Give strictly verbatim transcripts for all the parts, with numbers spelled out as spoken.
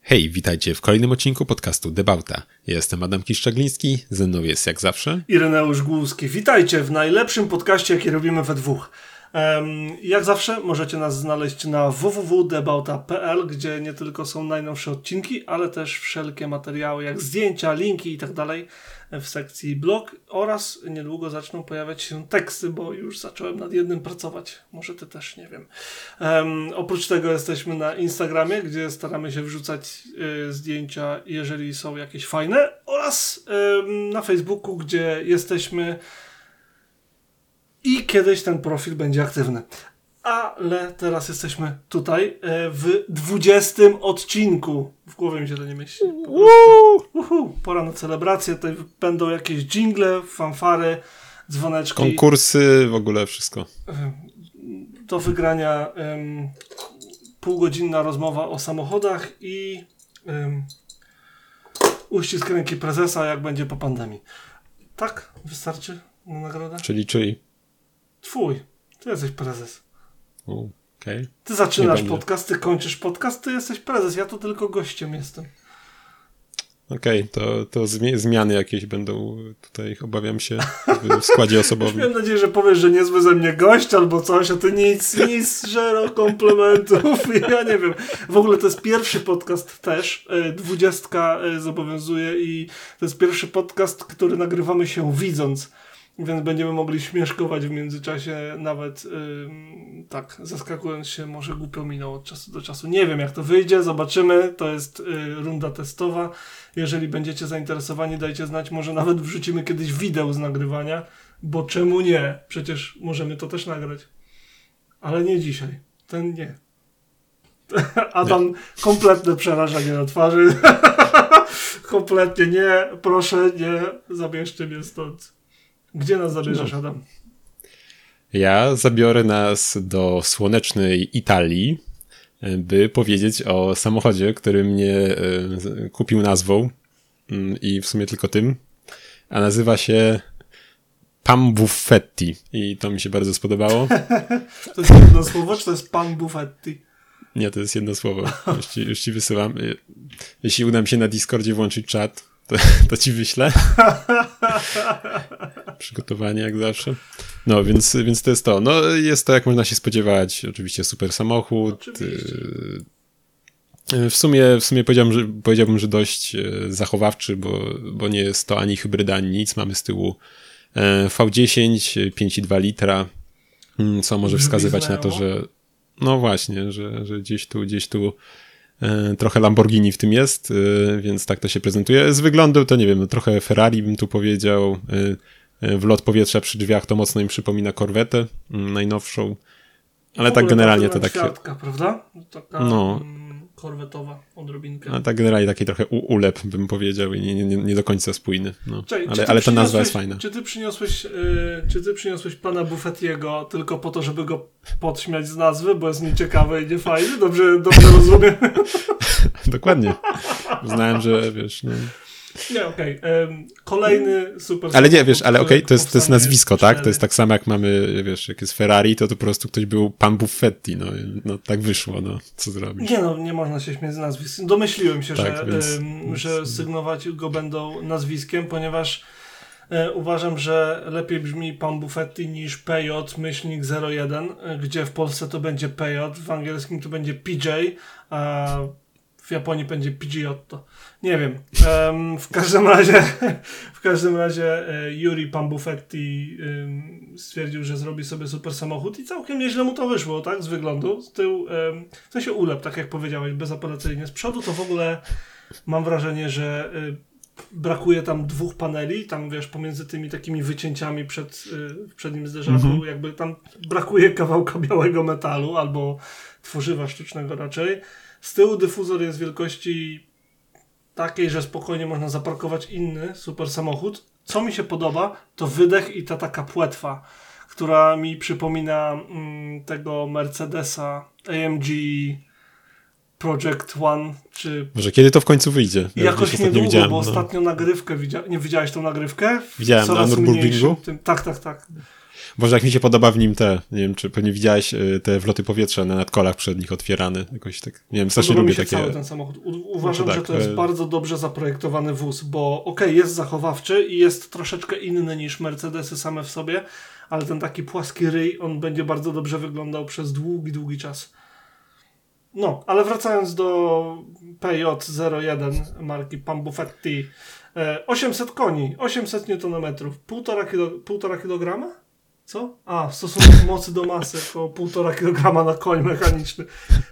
Hej, witajcie w kolejnym odcinku podcastu Debauta. Ja jestem Adam Kiszczagliński, ze mną jest jak zawsze Ireneusz Głuski. Witajcie w najlepszym podcaście, jaki robimy we dwóch. Um, jak zawsze możecie nas znaleźć na w w w kropka debauta kropka p l, gdzie nie tylko są najnowsze odcinki, ale też wszelkie materiały jak zdjęcia, linki i tak dalej w sekcji blog oraz niedługo zaczną pojawiać się teksty, bo już zacząłem nad jednym pracować. Może ty też, nie wiem. Um, oprócz tego jesteśmy na Instagramie, gdzie staramy się wrzucać y, zdjęcia, jeżeli są jakieś fajne, oraz y, na Facebooku, gdzie jesteśmy i kiedyś ten profil będzie aktywny. Ale teraz jesteśmy tutaj w dwudziestym odcinku. W głowie mi się to nie mieści. Uhu, pora na celebrację. Tutaj będą jakieś dżingle, fanfary, dzwoneczki. Konkursy, w ogóle wszystko. Do wygrania um, półgodzinna rozmowa o samochodach i um, uścisk ręki prezesa, jak będzie po pandemii. Tak? Wystarczy na nagrodę? Czyli czyj? Twój. Ty jesteś prezes. Okej. Okay. Ty zaczynasz podcast, ty kończysz podcast, ty jesteś prezes, ja tu tylko gościem jestem. Okej, okay, to, to zmi- zmiany jakieś będą tutaj, obawiam się, w składzie osobowym. Mam nadzieję, że powiesz, że niezły ze mnie gość albo coś, a ty nic, nic, zero komplementów, ja nie wiem. W ogóle to jest pierwszy podcast też, dwudziestka zobowiązuje i to jest pierwszy podcast, który nagrywamy się widząc. Więc będziemy mogli śmieszkować w międzyczasie, nawet yy, tak, zaskakując się, może głupio minął od czasu do czasu. Nie wiem, jak to wyjdzie, zobaczymy. To jest yy, runda testowa. Jeżeli będziecie zainteresowani, dajcie znać. Może nawet wrzucimy kiedyś wideo z nagrywania, bo czemu nie? Przecież możemy to też nagrać. Ale nie dzisiaj. Ten nie. Adam, nie. Kompletne przerażenie na twarzy. Kompletnie nie. Proszę, nie. Zabierzcie mnie stąd. Gdzie nas zabierzesz, Adam? Ja zabiorę nas do słonecznej Italii, by powiedzieć o samochodzie, który mnie y, kupił nazwą y, i w sumie tylko tym, a nazywa się Pan Buffetti i to mi się bardzo spodobało. To jest jedno słowo, czy to jest Pan Buffetti? Nie, to jest jedno słowo. Już ci, już ci wysyłam. Jeśli uda mi się na Discordzie włączyć czat, To, to ci wyślę. Przygotowanie jak zawsze. No, więc, więc to jest to. No, jest to, jak można się spodziewać, oczywiście super samochód. W sumie, w sumie powiedziałbym, że, powiedziałbym, że dość zachowawczy, bo, bo nie jest to ani hybryda, ani nic. Mamy z tyłu V dziesięć, pięć i dwa litra, co może wskazywać na to, że no właśnie, że, że gdzieś tu, gdzieś tu trochę Lamborghini w tym jest, więc tak to się prezentuje. Z wyglądu to nie wiem, trochę Ferrari bym tu powiedział. Wlot powietrza przy drzwiach to mocno im przypomina Corvetę najnowszą. Ale tak generalnie to takie... Kwiatka, prawda? Taka no. korwetowa odrobinkę. A tak generalnie taki trochę u- ulep bym powiedział i nie, nie, nie do końca spójny. No. Czekaj, ale ale ta nazwa jest fajna. Czy ty przyniosłeś, yy, czy ty przyniosłeś pana Buffettiego tylko po to, żeby go podśmiać z nazwy, bo jest nieciekawy i niefajny? Dobrze, dobrze rozumiem? Dokładnie. Uznałem, że wiesz... No. Nie, okej. Okay. Um, kolejny super... Ale nie, wiesz, ale okej, okay, to, jest, to jest nazwisko, cztery. Tak? To jest tak samo jak mamy, wiesz, jak jest Ferrari, to, to po prostu ktoś był Pan Buffetti, no, no tak wyszło, no, co zrobić. Nie no, nie można się śmiać z nazwisk. Domyśliłem się, tak, że, więc, um, więc... że sygnować go będą nazwiskiem, ponieważ e, uważam, że lepiej brzmi Pan Buffetti niż P J myślnik zero jeden, gdzie w Polsce to będzie P J, w angielskim to będzie P J, a w Japonii będzie Pidgeotto. Nie wiem. Um, w każdym razie w każdym razie e, Yuri Pan Buffetti e, stwierdził, że zrobi sobie super samochód i całkiem nieźle mu to wyszło, tak? Z wyglądu. Z tyłu, e, w sensie ulep, tak jak powiedziałeś, bezapelacyjnie. Z przodu to w ogóle mam wrażenie, że e, brakuje tam dwóch paneli, tam wiesz, pomiędzy tymi takimi wycięciami przed, e, w przednim zderzaku, mm-hmm. jakby tam brakuje kawałka białego metalu albo tworzywa sztucznego raczej. Z tyłu dyfuzor jest wielkości takiej, że spokojnie można zaparkować inny super samochód. Co mi się podoba, to wydech i ta taka płetwa, która mi przypomina mm, tego Mercedesa A M G Project One, czy... Może kiedy to w końcu wyjdzie? Ja jakoś niedługo, widziałem, bo no. ostatnio nagrywkę widziałem. Nie widziałeś tą nagrywkę? Widziałem, na Nürburgringu? Tak, tak, tak. Boże, jak mi się podoba w nim te, nie wiem, czy pewnie widziałeś te wloty powietrza na nadkolach przednich otwierane, jakoś tak, nie wiem, strasznie Podoba lubię mi się takie... cały ten samochód. U- uważam, no to że tak, to jest e... bardzo dobrze zaprojektowany wóz, bo okej, okay, jest zachowawczy i jest troszeczkę inny niż Mercedesy same w sobie, ale ten taki płaski ryj, on będzie bardzo dobrze wyglądał przez długi, długi czas. No, ale wracając do P J zero jeden marki Pambuffetti, osiemset koni, osiemset niutonometrów, półtora kilograma? Co? A, w stosunku mocy do masy, około półtora kilograma na koń mechaniczny.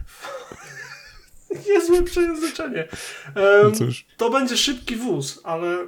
Niezłe przejęzyczenie. Um, no to będzie szybki wóz, ale...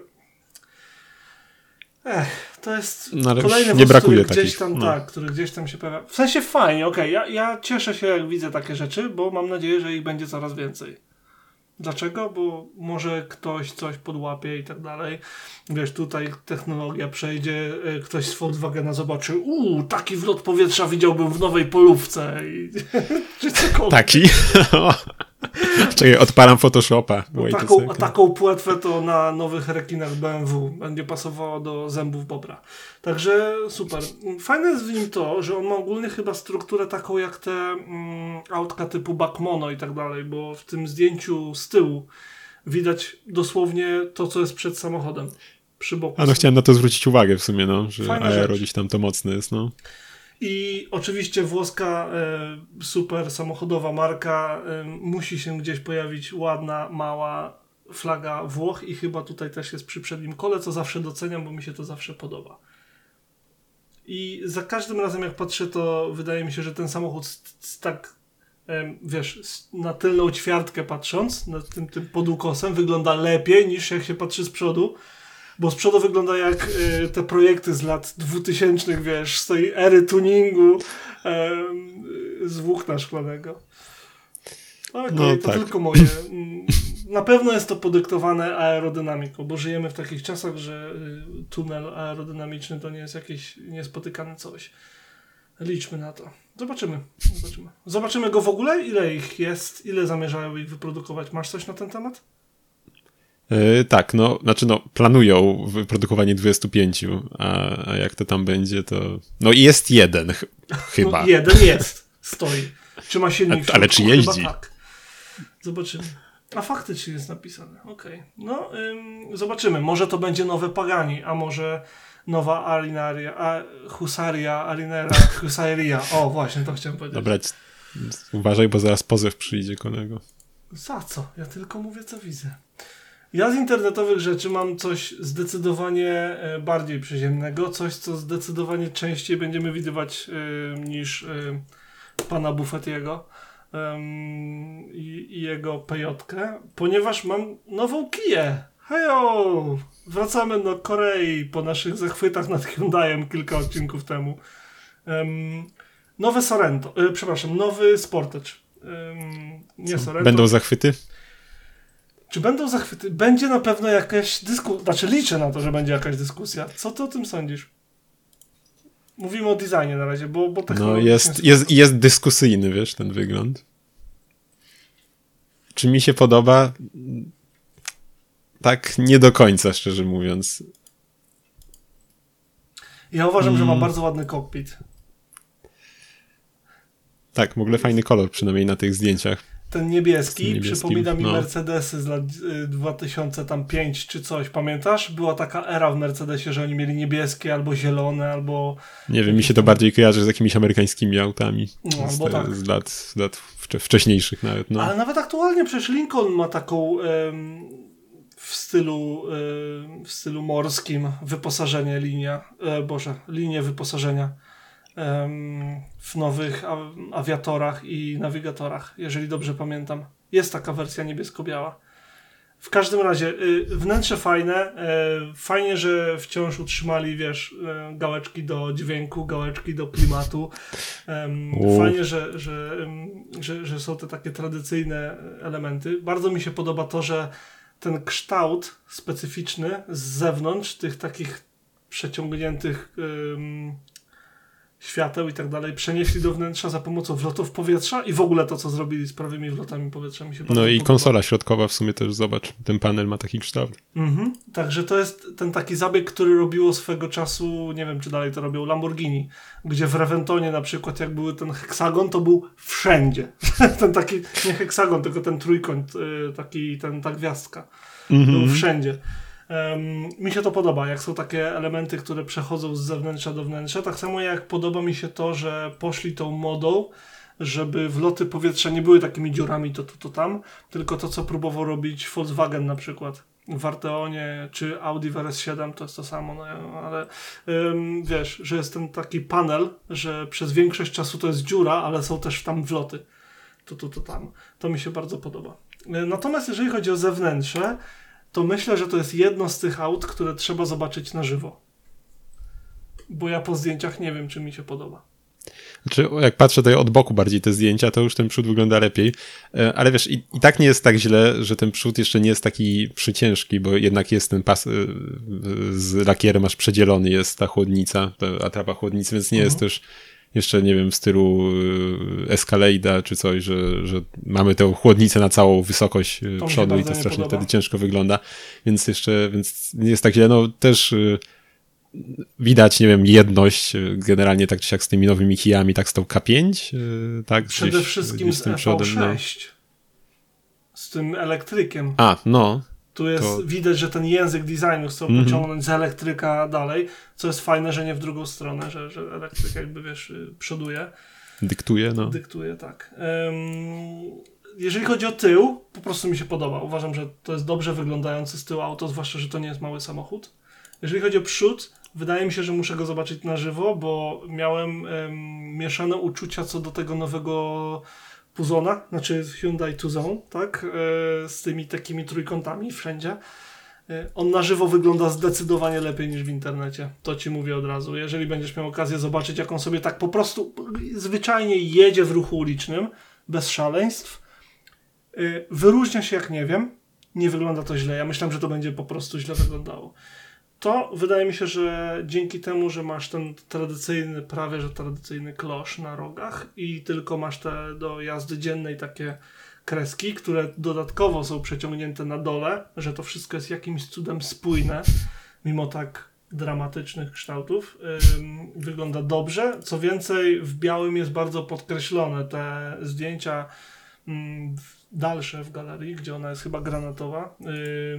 Ech, to jest no, kolejny nie wóz, brakuje który gdzieś tam, no. tak, który gdzieś tam się pojawia. W sensie fajnie, okej, okay. ja, ja cieszę się, jak widzę takie rzeczy, bo mam nadzieję, że ich będzie coraz więcej. Dlaczego? Bo może ktoś coś podłapie i tak dalej. Wiesz, tutaj technologia przejdzie, ktoś z Volkswagena zobaczy, uuu, taki wlot powietrza widziałbym w nowej polówce. I, czy cokolwiek. Taki? Czekaj, odpalam Photoshopa. Taką, taką płetwę to na nowych rekinach B M W będzie pasowało do zębów bobra. Także super. Fajne jest w nim to, że on ma ogólnie chyba strukturę taką jak te mm, autka typu Bakmono i tak dalej, bo w tym zdjęciu z tyłu widać dosłownie to, co jest przed samochodem. Przy boku. A no chciałem na to zwrócić uwagę w sumie, no, że Fajna aero rzecz. gdzieś tam to mocne jest, no. I oczywiście włoska e, super samochodowa marka, e, musi się gdzieś pojawić ładna, mała flaga Włoch i chyba tutaj też jest przy przednim kole, co zawsze doceniam, bo mi się to zawsze podoba. I za każdym razem jak patrzę, to wydaje mi się, że ten samochód z, z tak, e, wiesz, na tylną ćwiartkę patrząc, nad tym, tym podukosem, wygląda lepiej niż jak się patrzy z przodu. Bo z przodu wygląda jak y, te projekty z lat dwutysięcznych, wiesz, z tej ery tuningu y, z włókna szklanego. Okay, no, to tak. tylko moje. Na pewno jest to podyktowane aerodynamiką, bo żyjemy w takich czasach, że y, tunel aerodynamiczny to nie jest jakieś niespotykane coś. Liczmy na to. Zobaczymy. Zobaczymy. Zobaczymy go w ogóle? Ile ich jest? Ile zamierzają ich wyprodukować? Masz coś na ten temat? Yy, tak, no, znaczy no, planują wyprodukowanie dwudziestu pięciu, a, a jak to tam będzie, to... No i jest jeden, ch chyba. No, jeden jest, stoi. Czy ma silnik w środku? Ale czy jeździ? Chyba tak. Zobaczymy. A faktycznie jest napisane, okej. Okay. No, ym, zobaczymy. Może to będzie nowe Pagani, a może nowa Alinaria, a Husaria, Alinera, Husaria. O, właśnie, to chciałem powiedzieć. Dobra, uważaj, bo zaraz pozew przyjdzie kolego. Za co? Ja tylko mówię, co widzę. Ja z internetowych rzeczy mam coś zdecydowanie bardziej przyziemnego, coś, co zdecydowanie częściej będziemy widywać y, niż y, pana Buffettiego y, i jego pejotkę, ponieważ mam nową Kiję. Hejo! Wracamy do Korei po naszych zachwytach nad Hyundaiem kilka odcinków temu. Um, nowe Sorento, y, przepraszam, nowy Sportage. Um, nie co? Sorento. Będą zachwyty? Czy będą zachwyty? Będzie na pewno jakaś dyskusja, znaczy liczę na to, że będzie jakaś dyskusja. Co ty o tym sądzisz? Mówimy o designie na razie, bo, bo No jest, jest, jest dyskusyjny, wiesz, ten wygląd. Czy mi się podoba? Tak nie do końca, szczerze mówiąc. Ja uważam, hmm. że ma Mm. bardzo ładny kokpit. Tak, w ogóle fajny kolor, przynajmniej na tych zdjęciach. Ten niebieski, niebieski przypomina mi no. Mercedesy z lat y, dwa tysiące pięć czy coś, pamiętasz? Była taka era w Mercedesie, że oni mieli niebieskie albo zielone, albo... Nie wiem, mi się to bardziej kojarzy z jakimiś amerykańskimi autami. No, z, albo te, tak. z lat, z lat wcze, wcześniejszych nawet. No. Ale nawet aktualnie przecież Lincoln ma taką ym, w stylu ym, w stylu morskim wyposażenie linia, e, Boże, linię wyposażenia ym, w nowych a, awiatorach i nawigatorach, jeżeli dobrze pamiętam. Jest taka wersja niebiesko-biała. W każdym razie y, wnętrze fajne, y, fajnie, że wciąż utrzymali, wiesz, y, gałeczki do dźwięku, gałeczki do klimatu. Y, fajnie, że, że, y, że, że są te takie tradycyjne elementy. Bardzo mi się podoba to, że ten kształt specyficzny z zewnątrz, tych takich przeciągniętych y, świateł i tak dalej przenieśli do wnętrza za pomocą wlotów powietrza i w ogóle to, co zrobili z prawymi wlotami powietrza mi się bardzo No i podoba. konsola środkowa w sumie też, zobacz, ten panel ma taki kształt. Mhm. Także to jest ten taki zabieg, który robiło swego czasu, nie wiem czy dalej to robią, Lamborghini, gdzie w Reventonie na przykład jak był ten heksagon, to był wszędzie. Ten taki, nie heksagon, tylko ten trójkąt, taki, ten, ta gwiazdka. Mhm. Był wszędzie. Um, mi się to podoba, jak są takie elementy, które przechodzą z zewnętrza do wnętrza. Tak samo jak podoba mi się to, że poszli tą modą, żeby wloty powietrza nie były takimi dziurami to tu, to, to tam, tylko to, co próbował robić Volkswagen na przykład. W Arteonie czy Audi w R S siedem to jest to samo, no, ale um, wiesz, że jest ten taki panel, że przez większość czasu to jest dziura, ale są też tam wloty. To tu, to, to tam. To mi się bardzo podoba. Natomiast jeżeli chodzi o zewnętrze, to myślę, że to jest jedno z tych aut, które trzeba zobaczyć na żywo. Bo ja po zdjęciach nie wiem, czy mi się podoba. Znaczy, jak patrzę tutaj od boku bardziej te zdjęcia, to już ten przód wygląda lepiej. Ale wiesz, i, i tak nie jest tak źle, że ten przód jeszcze nie jest taki przyciężki, bo jednak jest ten pas z lakierem aż przedzielony, jest ta chłodnica, ta atrapa chłodnicy, więc nie mhm. jest też jeszcze, nie wiem, w stylu Escalade'a czy coś, że, że mamy tę chłodnicę na całą wysokość to przodu i to strasznie wtedy ciężko wygląda, więc jeszcze, więc nie jest tak źle. No też y, widać, nie wiem, jedność generalnie tak czy siak z tymi nowymi kijami, tak z tą K pięć, y, tak? Przede gdzieś, wszystkim gdzieś z, z tym przodem, E V sześć. No. Z tym elektrykiem. A, no. Tu jest, to... widać, że ten język designu chcą mm-hmm. pociągnąć z elektryka dalej, co jest fajne, że nie w drugą stronę, że, że elektryk jakby, wiesz, przoduje. Dyktuje, no. Dyktuje, tak. Um, jeżeli chodzi o tył, po prostu mi się podoba. Uważam, że to jest dobrze wyglądający z tyłu auto, zwłaszcza, że to nie jest mały samochód. Jeżeli chodzi o przód, wydaje mi się, że muszę go zobaczyć na żywo, bo miałem um, mieszane uczucia co do tego nowego Tuzona, znaczy Hyundai Tucson, tak, e, z tymi takimi trójkątami wszędzie. E, on na żywo wygląda zdecydowanie lepiej niż w internecie. To ci mówię od razu. Jeżeli będziesz miał okazję zobaczyć, jak on sobie tak po prostu zwyczajnie jedzie w ruchu ulicznym, bez szaleństw, e, wyróżnia się jak nie wiem. Nie wygląda to źle. Ja myślałem, że to będzie po prostu źle wyglądało. To wydaje mi się, że dzięki temu, że masz ten tradycyjny, prawie że tradycyjny klosz na rogach i tylko masz te do jazdy dziennej takie kreski, które dodatkowo są przeciągnięte na dole, że to wszystko jest jakimś cudem spójne, mimo tak dramatycznych kształtów. Yy, wygląda dobrze. Co więcej, w białym jest bardzo podkreślone. Te zdjęcia yy, dalsze w galerii, gdzie ona jest chyba granatowa, yy,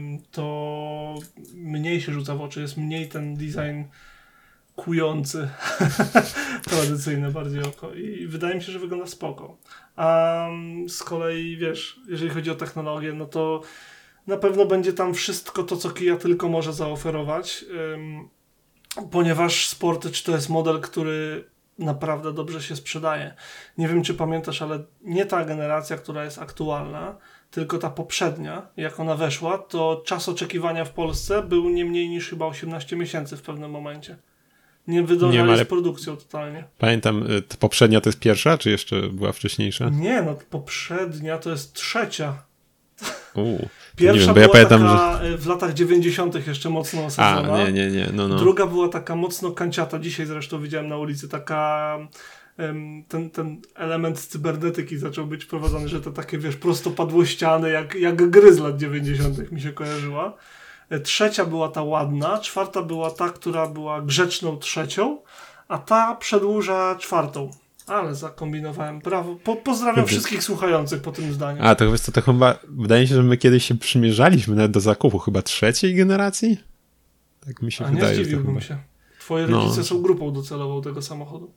to mniej się rzuca w oczy, jest mniej ten design kujący, tradycyjny bardziej oko i wydaje mi się, że wygląda spoko. A z kolei, wiesz, jeżeli chodzi o technologię, no to na pewno będzie tam wszystko to, co Kia tylko może zaoferować, yy, ponieważ Sportage to jest model, który naprawdę dobrze się sprzedaje. Nie wiem, czy pamiętasz, ale nie ta generacja, która jest aktualna, tylko ta poprzednia, jak ona weszła, to czas oczekiwania w Polsce był nie mniej niż chyba osiemnaście miesięcy w pewnym momencie. Nie wydążali nie, z produkcją totalnie. Pamiętam, ta poprzednia to jest pierwsza, czy jeszcze była wcześniejsza? Nie, no poprzednia to jest trzecia. Uu, Pierwsza wiem, była ja pamiętam, taka że... w latach dziewięćdziesiątych jeszcze mocno osadzona. A, nie, nie, nie. No, no. Druga była taka mocno kanciata. Dzisiaj zresztą widziałem na ulicy taka... Um, ten, ten element z cybernetyki zaczął być wprowadzany, że to takie, wiesz, prostopadłościane, jak, jak gry z lat dziewięćdziesiątych mi się kojarzyła. Trzecia była ta ładna, czwarta była ta, która była grzeczną trzecią, a ta przedłuża czwartą. Ale zakombinowałem. Brawo. Po, pozdrawiam wszystkich słuchających po tym zdaniu. A, to wiesz co, to chyba, wydaje mi się, że my kiedyś się przymierzaliśmy nawet do zakupu chyba trzeciej generacji? Tak mi się A wydaje. nie zdziwiłbym chyba... się. Twoje rodzice no. są grupą docelową tego samochodu.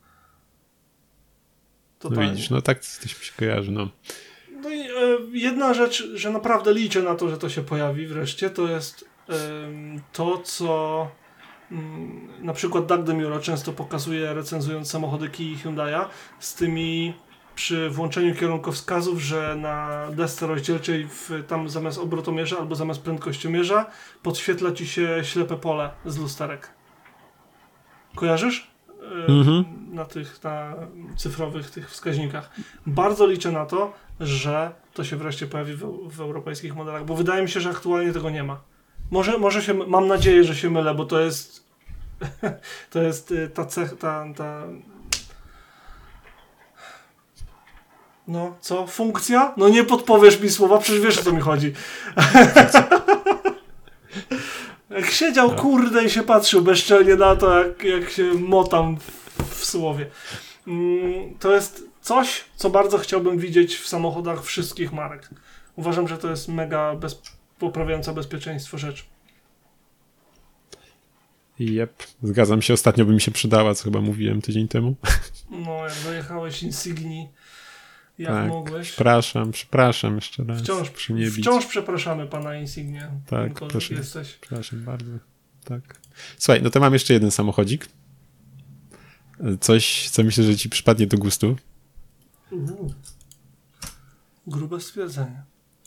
To no widzisz, no tak coś mi się kojarzy, no. No i e, jedna rzecz, że naprawdę liczę na to, że to się pojawi wreszcie, to jest e, to, co m, na przykład Doug DeMuro często pokazuje, recenzując samochody Kia i Hyundai'a, z tymi przy włączeniu kierunkowskazów, że na desce rozdzielczej w, tam zamiast obrotomierza albo zamiast prędkościomierza podświetla ci się ślepe pole z lusterek. Kojarzysz? Mm-hmm. Na tych na cyfrowych tych wskaźnikach. Bardzo liczę na to, że to się wreszcie pojawi w, w europejskich modelach, bo wydaje mi się, że aktualnie tego nie ma. Może, może się, mam nadzieję, że się mylę, bo to jest to jest ta cech, ta, ta No, co? Funkcja? No nie podpowiesz mi słowa, przecież wiesz, o co mi chodzi. Jak siedział, no. kurde, i się patrzył bezczelnie na to, jak, jak się motam w, w słowie. Mm, to jest coś, co bardzo chciałbym widzieć w samochodach wszystkich marek. Uważam, że to jest mega bez, poprawiająca bezpieczeństwo rzecz. Jep, zgadzam się. Ostatnio by mi się przydała, co chyba mówiłem tydzień temu. No, jak dojechałeś Insignii, jak tak, mogłeś. Przepraszam, przepraszam jeszcze raz. Wciąż, wciąż przepraszamy pana Insignię. Tak, proszę. Jesteś. Przepraszam bardzo. Tak. Słuchaj, no to mam jeszcze jeden samochodzik. Coś, co myślę, że ci przypadnie do gustu. Uuu. Grube stwierdzenie.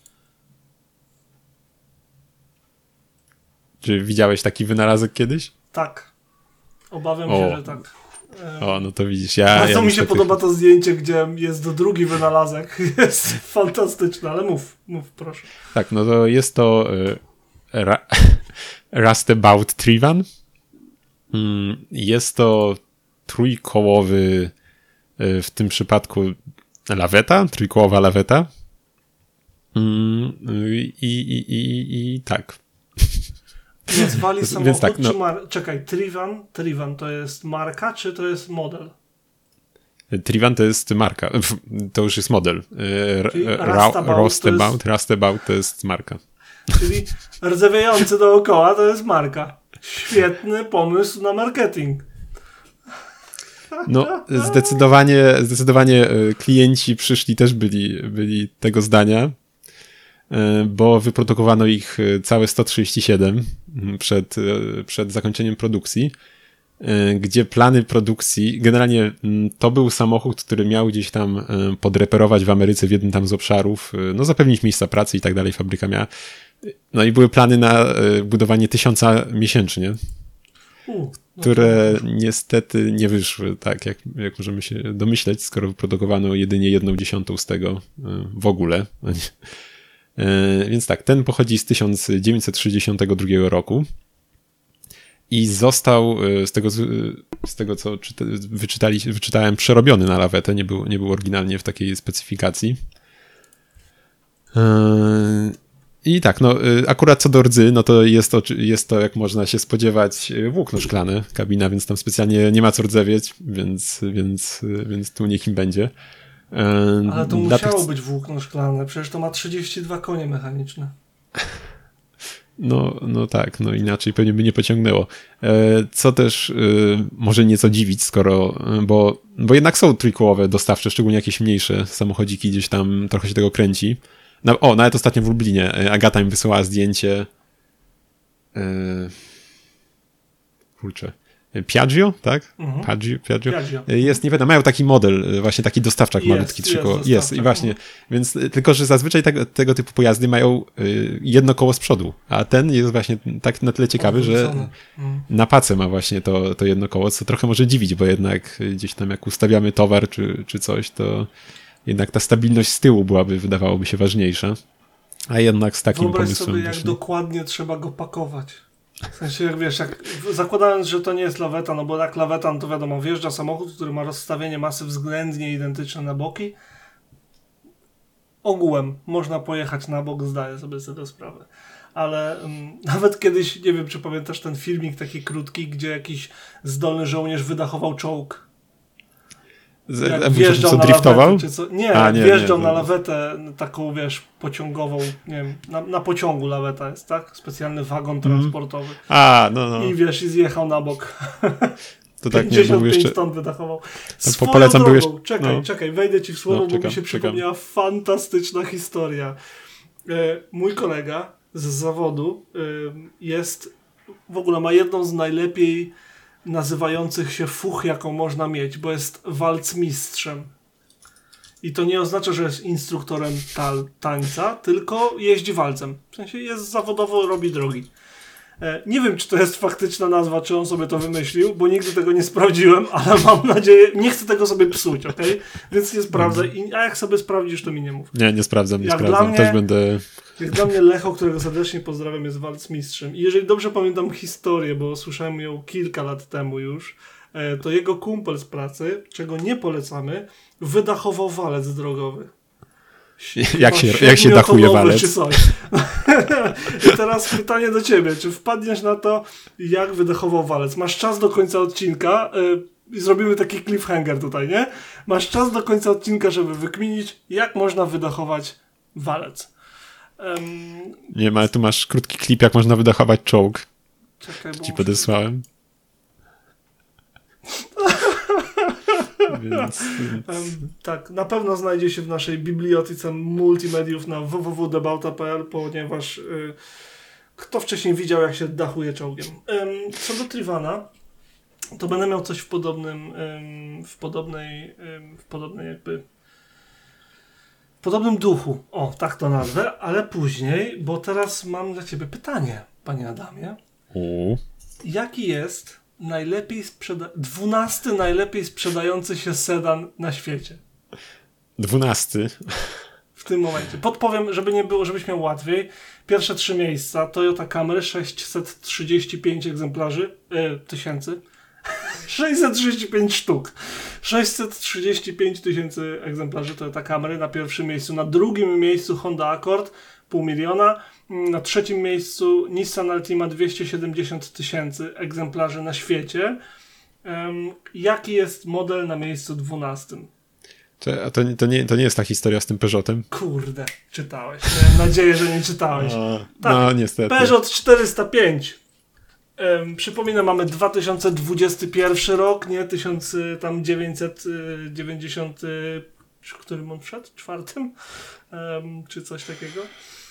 Czy widziałeś taki wynalazek kiedyś? Tak. Obawiam o. się, że tak. O, no to widzisz. Ja, Bardzo ja mi niestety... się podoba to zdjęcie, gdzie jest to drugi wynalazek. Jest fantastyczne, ale mów, mów proszę. Tak, no to jest to y, ra, Rustabout Trivan. Mm, jest to trójkołowy y, w tym przypadku laweta, trójkołowa laweta. Mm, i, i, i, I tak. Nazwali samochód, tak, no. czy mar... Czekaj, Trivan, Trivan to jest marka, czy to jest model? Trivan to jest marka, to już jest model. Rustabout, Rustabout, Rustabout to jest marka. Czyli rdzewiający dookoła to jest marka. Świetny pomysł na marketing. No, zdecydowanie, zdecydowanie klienci przyszli też byli, byli tego zdania, bo wyprodukowano ich całe sto trzydzieści siedem przed, przed zakończeniem produkcji, gdzie plany produkcji, generalnie to był samochód, który miał gdzieś tam podreperować w Ameryce w jednym tam z obszarów, no zapewnić miejsca pracy i tak dalej, fabryka miała. No i były plany na budowanie tysiąca miesięcznie, U, no które to... niestety nie wyszły tak, jak, jak możemy się domyśleć, skoro wyprodukowano jedynie jedną dziesiątą z tego w ogóle. Więc tak, ten pochodzi z tysiąc dziewięćset sześćdziesiątego drugiego roku i został z tego, z tego co czyta, wyczytali, wyczytałem, przerobiony na lawetę, nie był, nie był oryginalnie w takiej specyfikacji. I tak, no akurat co do rdzy, no to jest to, jest to jak można się spodziewać, włókno szklane, kabina, więc tam specjalnie nie ma co rdzewieć, więc, więc, więc tu niech im będzie. Ale to musiało być włókno szklane, przecież to ma trzydzieści dwa konie mechaniczne. No, no tak, no inaczej pewnie by nie pociągnęło. Co też może nieco dziwić, skoro, bo, bo jednak są trójkołowe dostawcze, szczególnie jakieś mniejsze samochodziki, gdzieś tam trochę się tego kręci. No, o, nawet ostatnio w Lublinie Agata mi wysyłała zdjęcie yy, kurczę Piaggio, tak? Mhm. Piaggio, Piaggio. Piaggio. Jest, nie wiem, mają taki model, właśnie taki dostawczak jest, malutki, trzy koło. Jest, jest i właśnie, więc tylko, że zazwyczaj tego, tego typu pojazdy mają y, jedno koło z przodu, a ten jest właśnie tak na tyle ciekawy, że mm. na pacę ma właśnie to, to jedno koło, co trochę może dziwić, bo jednak gdzieś tam jak ustawiamy towar czy, czy coś, to jednak ta stabilność z tyłu byłaby, wydawałoby się, ważniejsza, a jednak z takim Wyobraź pomysłem... sobie, jak właśnie... dokładnie trzeba go pakować. W sensie, jak wiesz, jak, zakładając, że to nie jest laweta, no bo jak laweta, no to wiadomo, wjeżdża samochód, który ma rozstawienie masy względnie identyczne na boki. Ogółem można pojechać na bok, zdaję sobie z tego sprawę. Ale um, nawet kiedyś, nie wiem, czy pamiętasz ten filmik taki krótki, gdzie jakiś zdolny żołnierz wydachował czołg. Jak wjeżdżał na driftował? Lawetę, czy co? Nie, A, nie, wjeżdżał nie, na lawetę taką, wiesz, pociągową, nie wiem, na, na pociągu laweta jest, tak? Specjalny wagon transportowy. Mm. A, no, no. I wiesz, i zjechał na bok. To tak pięćdziesiąt pięć nie jeszcze... ton wydachował. Swoją polecam drogą, jeszcze... czekaj, no. czekaj, wejdę ci w słowo, no, czekam, bo mi się przypomniała czekam. fantastyczna historia. E, mój kolega z zawodu e, jest, w ogóle ma jedną z najlepiej nazywających się fuch, jaką można mieć, bo jest walcmistrzem. I to nie oznacza, że jest instruktorem tal, tańca, tylko jeździ walcem. W sensie jest zawodowo, robi drogi. E, nie wiem, czy to jest faktyczna nazwa, czy on sobie to wymyślił, bo nigdy tego nie sprawdziłem, ale mam nadzieję, nie chcę tego sobie psuć, okej? Okay? Więc nie sprawdzę. I, a jak sobie sprawdzisz, to mi nie mów. Nie, nie sprawdzam, nie jak sprawdzam. Mnie, Też będę... Jak dla mnie Lecho, którego serdecznie pozdrawiam, jest walcmistrzem. I jeżeli dobrze pamiętam historię, bo słyszałem ją kilka lat temu już, to jego kumpel z pracy, czego nie polecamy, wydachował walec drogowy. Jak się, jak się dachuje walec? Czy coś. I teraz pytanie do ciebie. Czy wpadniesz na to, jak wydachował walec? Masz czas do końca odcinka i yy, zrobimy taki cliffhanger tutaj, nie? Masz czas do końca odcinka, żeby wykminić, jak można wydachować walec. Um, nie, ale tu masz krótki klip, jak można wydachować czołg. Czekaj, bo ci podesłałem. Więc, więc... Um, tak, na pewno znajdzie się w naszej bibliotece multimediów na w w w kropka debauta kropka p l, ponieważ y, kto wcześniej widział, jak się dachuje czołgiem. Um, co do Trivana, to będę miał coś w podobnym um, w podobnej um, w podobnej jakby w podobnym duchu. O, tak to nazwę, ale później, bo teraz mam dla ciebie pytanie, panie Adamie. U. Jaki jest najlepiej sprzeda... dwunasty najlepiej sprzedający się sedan na świecie? Dwunasty. W tym momencie. Podpowiem, żeby nie było, żebyś miał łatwiej. Pierwsze trzy miejsca. Toyota Camry, sześćset trzydzieści pięć egzemplarzy. Yy, tysięcy. sześćset trzydzieści pięć sztuk. sześćset trzydzieści pięć tysięcy egzemplarzy Toyota Camry na pierwszym miejscu. Na drugim miejscu Honda Accord, pół miliona. Na trzecim miejscu Nissan Altima, dwieście siedemdziesiąt tysięcy egzemplarzy na świecie. Um, jaki jest model na miejscu dwunastym? To, a to, to, nie, to nie jest ta historia z tym Peugeotem? Kurde, czytałeś. Miałem nadzieję, że nie czytałeś. No, tak, no niestety. Peugeot czterysta pięć. Um, przypominam, mamy dwa tysiące dwudziesty pierwszy rok, nie? tysiąc dziewięćset dziewięćdziesiąty, którym on wszedł? Czwartym? Um, czy coś takiego?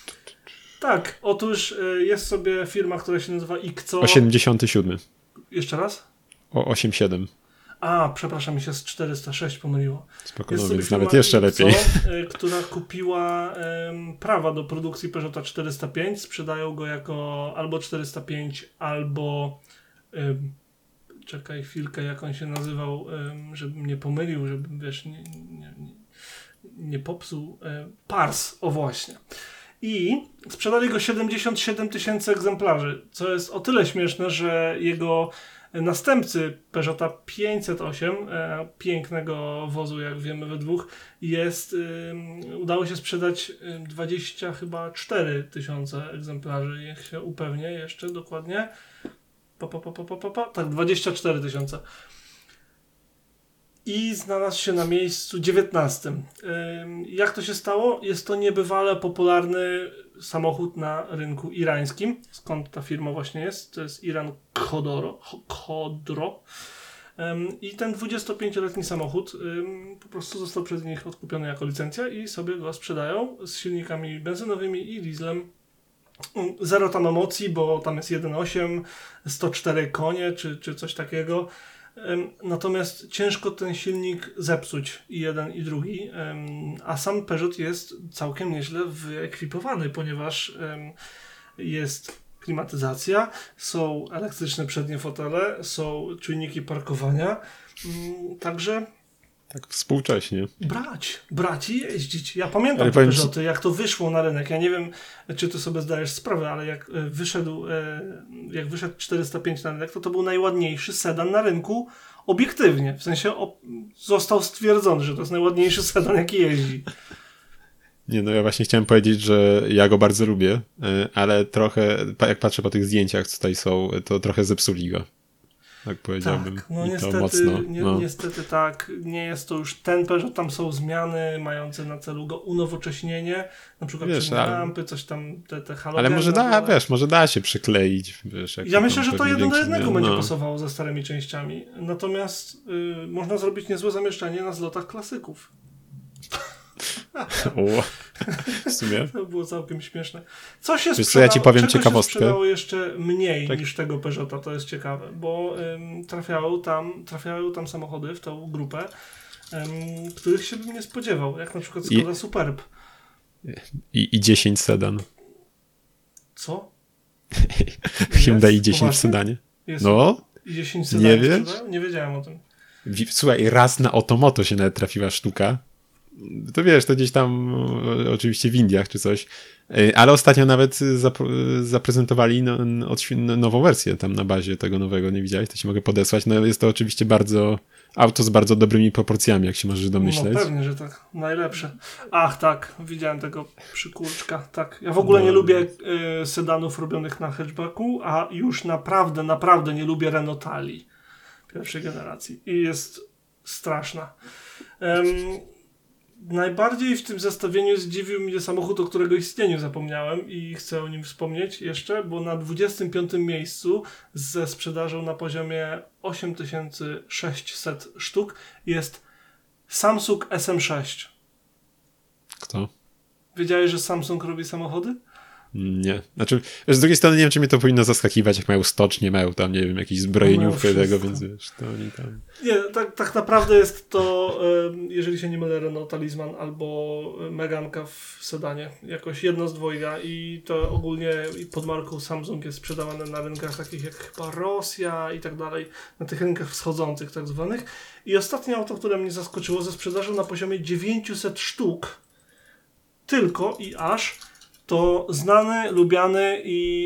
Tak, otóż y, jest sobie firma, która się nazywa I K C O. osiemdziesiąty siódmy. Jeszcze raz? O osiemdziesiąt siedem. A, przepraszam, mi się z czterysta sześć pomyliło. Spoko, jest no, sobie więc firma nawet jeszcze I K C O, lepiej. y, która kupiła y, prawa do produkcji Peugeota czterysta pięć. Sprzedają go jako albo czterysta pięć, albo y, czekaj chwilkę, jak on się nazywał, y, żebym nie pomylił, żebym, wiesz, nie, nie, nie, nie popsuł. Y, Pars, o właśnie. I sprzedali go siedemdziesiąt siedem tysięcy egzemplarzy, co jest o tyle śmieszne, że jego następcy Peugeota pięćset osiem, e, pięknego wozu, jak wiemy we dwóch, jest, e, udało się sprzedać dwadzieścia chyba cztery tysiące egzemplarzy, niech się upewnię jeszcze dokładnie. Pa, pa, pa, pa, pa, pa, pa. Tak, dwadzieścia cztery tysiące. I znalazł się na miejscu dziewiętnastym. Jak to się stało? Jest to niebywale popularny samochód na rynku irańskim. Skąd ta firma właśnie jest? To jest Iran Khodro. Khodro. I ten dwudziestopięcioletni samochód po prostu został przez nich odkupiony jako licencja i sobie go sprzedają z silnikami benzynowymi i dieslem. Zero tam emocji, bo tam jest jeden przecinek osiem, sto cztery konie czy, czy coś takiego. Natomiast ciężko ten silnik zepsuć i jeden i drugi, a sam Peugeot jest całkiem nieźle wyekwipowany, ponieważ jest klimatyzacja, są elektryczne przednie fotele, są czujniki parkowania, także tak współcześnie. Brać, brać i jeździć. Ja pamiętam ale te powiem, Peugeoty, jak to wyszło na rynek. Ja nie wiem, czy ty sobie zdajesz sprawę, ale jak wyszedł, jak wyszedł czterysta pięć na rynek, to to był najładniejszy sedan na rynku obiektywnie. W sensie o, został stwierdzony, że to jest najładniejszy sedan, jaki jeździ. Nie, no ja właśnie chciałem powiedzieć, że ja go bardzo lubię, ale trochę, jak patrzę po tych zdjęciach, co tutaj są, to trochę zepsuli go. Tak powiedziałbym. Tak, no I niestety, to mocno. Nie, no. niestety tak, nie jest to już ten Peugeot, tam są zmiany mające na celu go unowocześnienie, na przykład wiesz, ale... lampy, coś tam, te, te halogeny. Ale może da, wiesz, może da się przykleić. Wiesz, jak ja myślę, że to jeden do jednego zmian, będzie no. pasowało ze starymi częściami, natomiast y, można zrobić niezłe zamieszczenie na zlotach klasyków. O, w sumie. To było całkiem śmieszne. Co się Wiesz, sprzedało, co ja ci powiem czego ciekawostkę? się sprzedało jeszcze mniej tak. niż tego Peugeota, to jest ciekawe, bo ym, trafiają, tam, trafiają tam samochody w tą grupę, ym, których się bym nie spodziewał, jak na przykład Skoda I, Superb. I, I dziesięć sedan. Co? Hyundai i dziesięć w sedanie. Jest no, i dziesięć sedanów nie wiesz? sprzedają? Nie wiedziałem o tym. Słuchaj, raz na Otomoto się nawet trafiła sztuka. to wiesz, to gdzieś tam o, oczywiście w Indiach czy coś, ale ostatnio nawet zap- zaprezentowali no, no, nową wersję tam na bazie tego nowego, nie widziałeś? To ci mogę podesłać. No jest to oczywiście bardzo, auto z bardzo dobrymi proporcjami, jak się możesz domyśleć. No pewnie, że tak. Najlepsze. Ach tak, widziałem tego przykurczka. Tak. Ja w ogóle no. nie lubię y, sedanów robionych na hatchbacku, a już naprawdę, naprawdę nie lubię Renault Tali pierwszej generacji. I jest straszna. Um, Najbardziej w tym zestawieniu zdziwił mnie samochód, o którego istnieniu zapomniałem i chcę o nim wspomnieć jeszcze, bo na dwudziestym piątym miejscu ze sprzedażą na poziomie osiem tysięcy sześćset sztuk jest Samsung S M sześć. Kto? Wiedziałeś, że Samsung robi samochody? Nie. Znaczy, wiesz, z drugiej strony nie wiem, czy mnie to powinno zaskakiwać, jak mają stocznie, mają tam, nie wiem, jakieś zbrojeniówkę tego, więc wiesz, to oni tam... Nie, tak, tak naprawdę jest to, jeżeli się nie mylę, Renault Talisman albo Meganka w sedanie. Jakoś jedno z dwojga i to ogólnie pod marką Samsung jest sprzedawane na rynkach takich jak chyba Rosja i tak dalej, na tych rynkach wschodzących tak zwanych. I ostatnie auto, które mnie zaskoczyło, ze sprzedażą na poziomie dziewięćset sztuk tylko i aż to znany, lubiany i,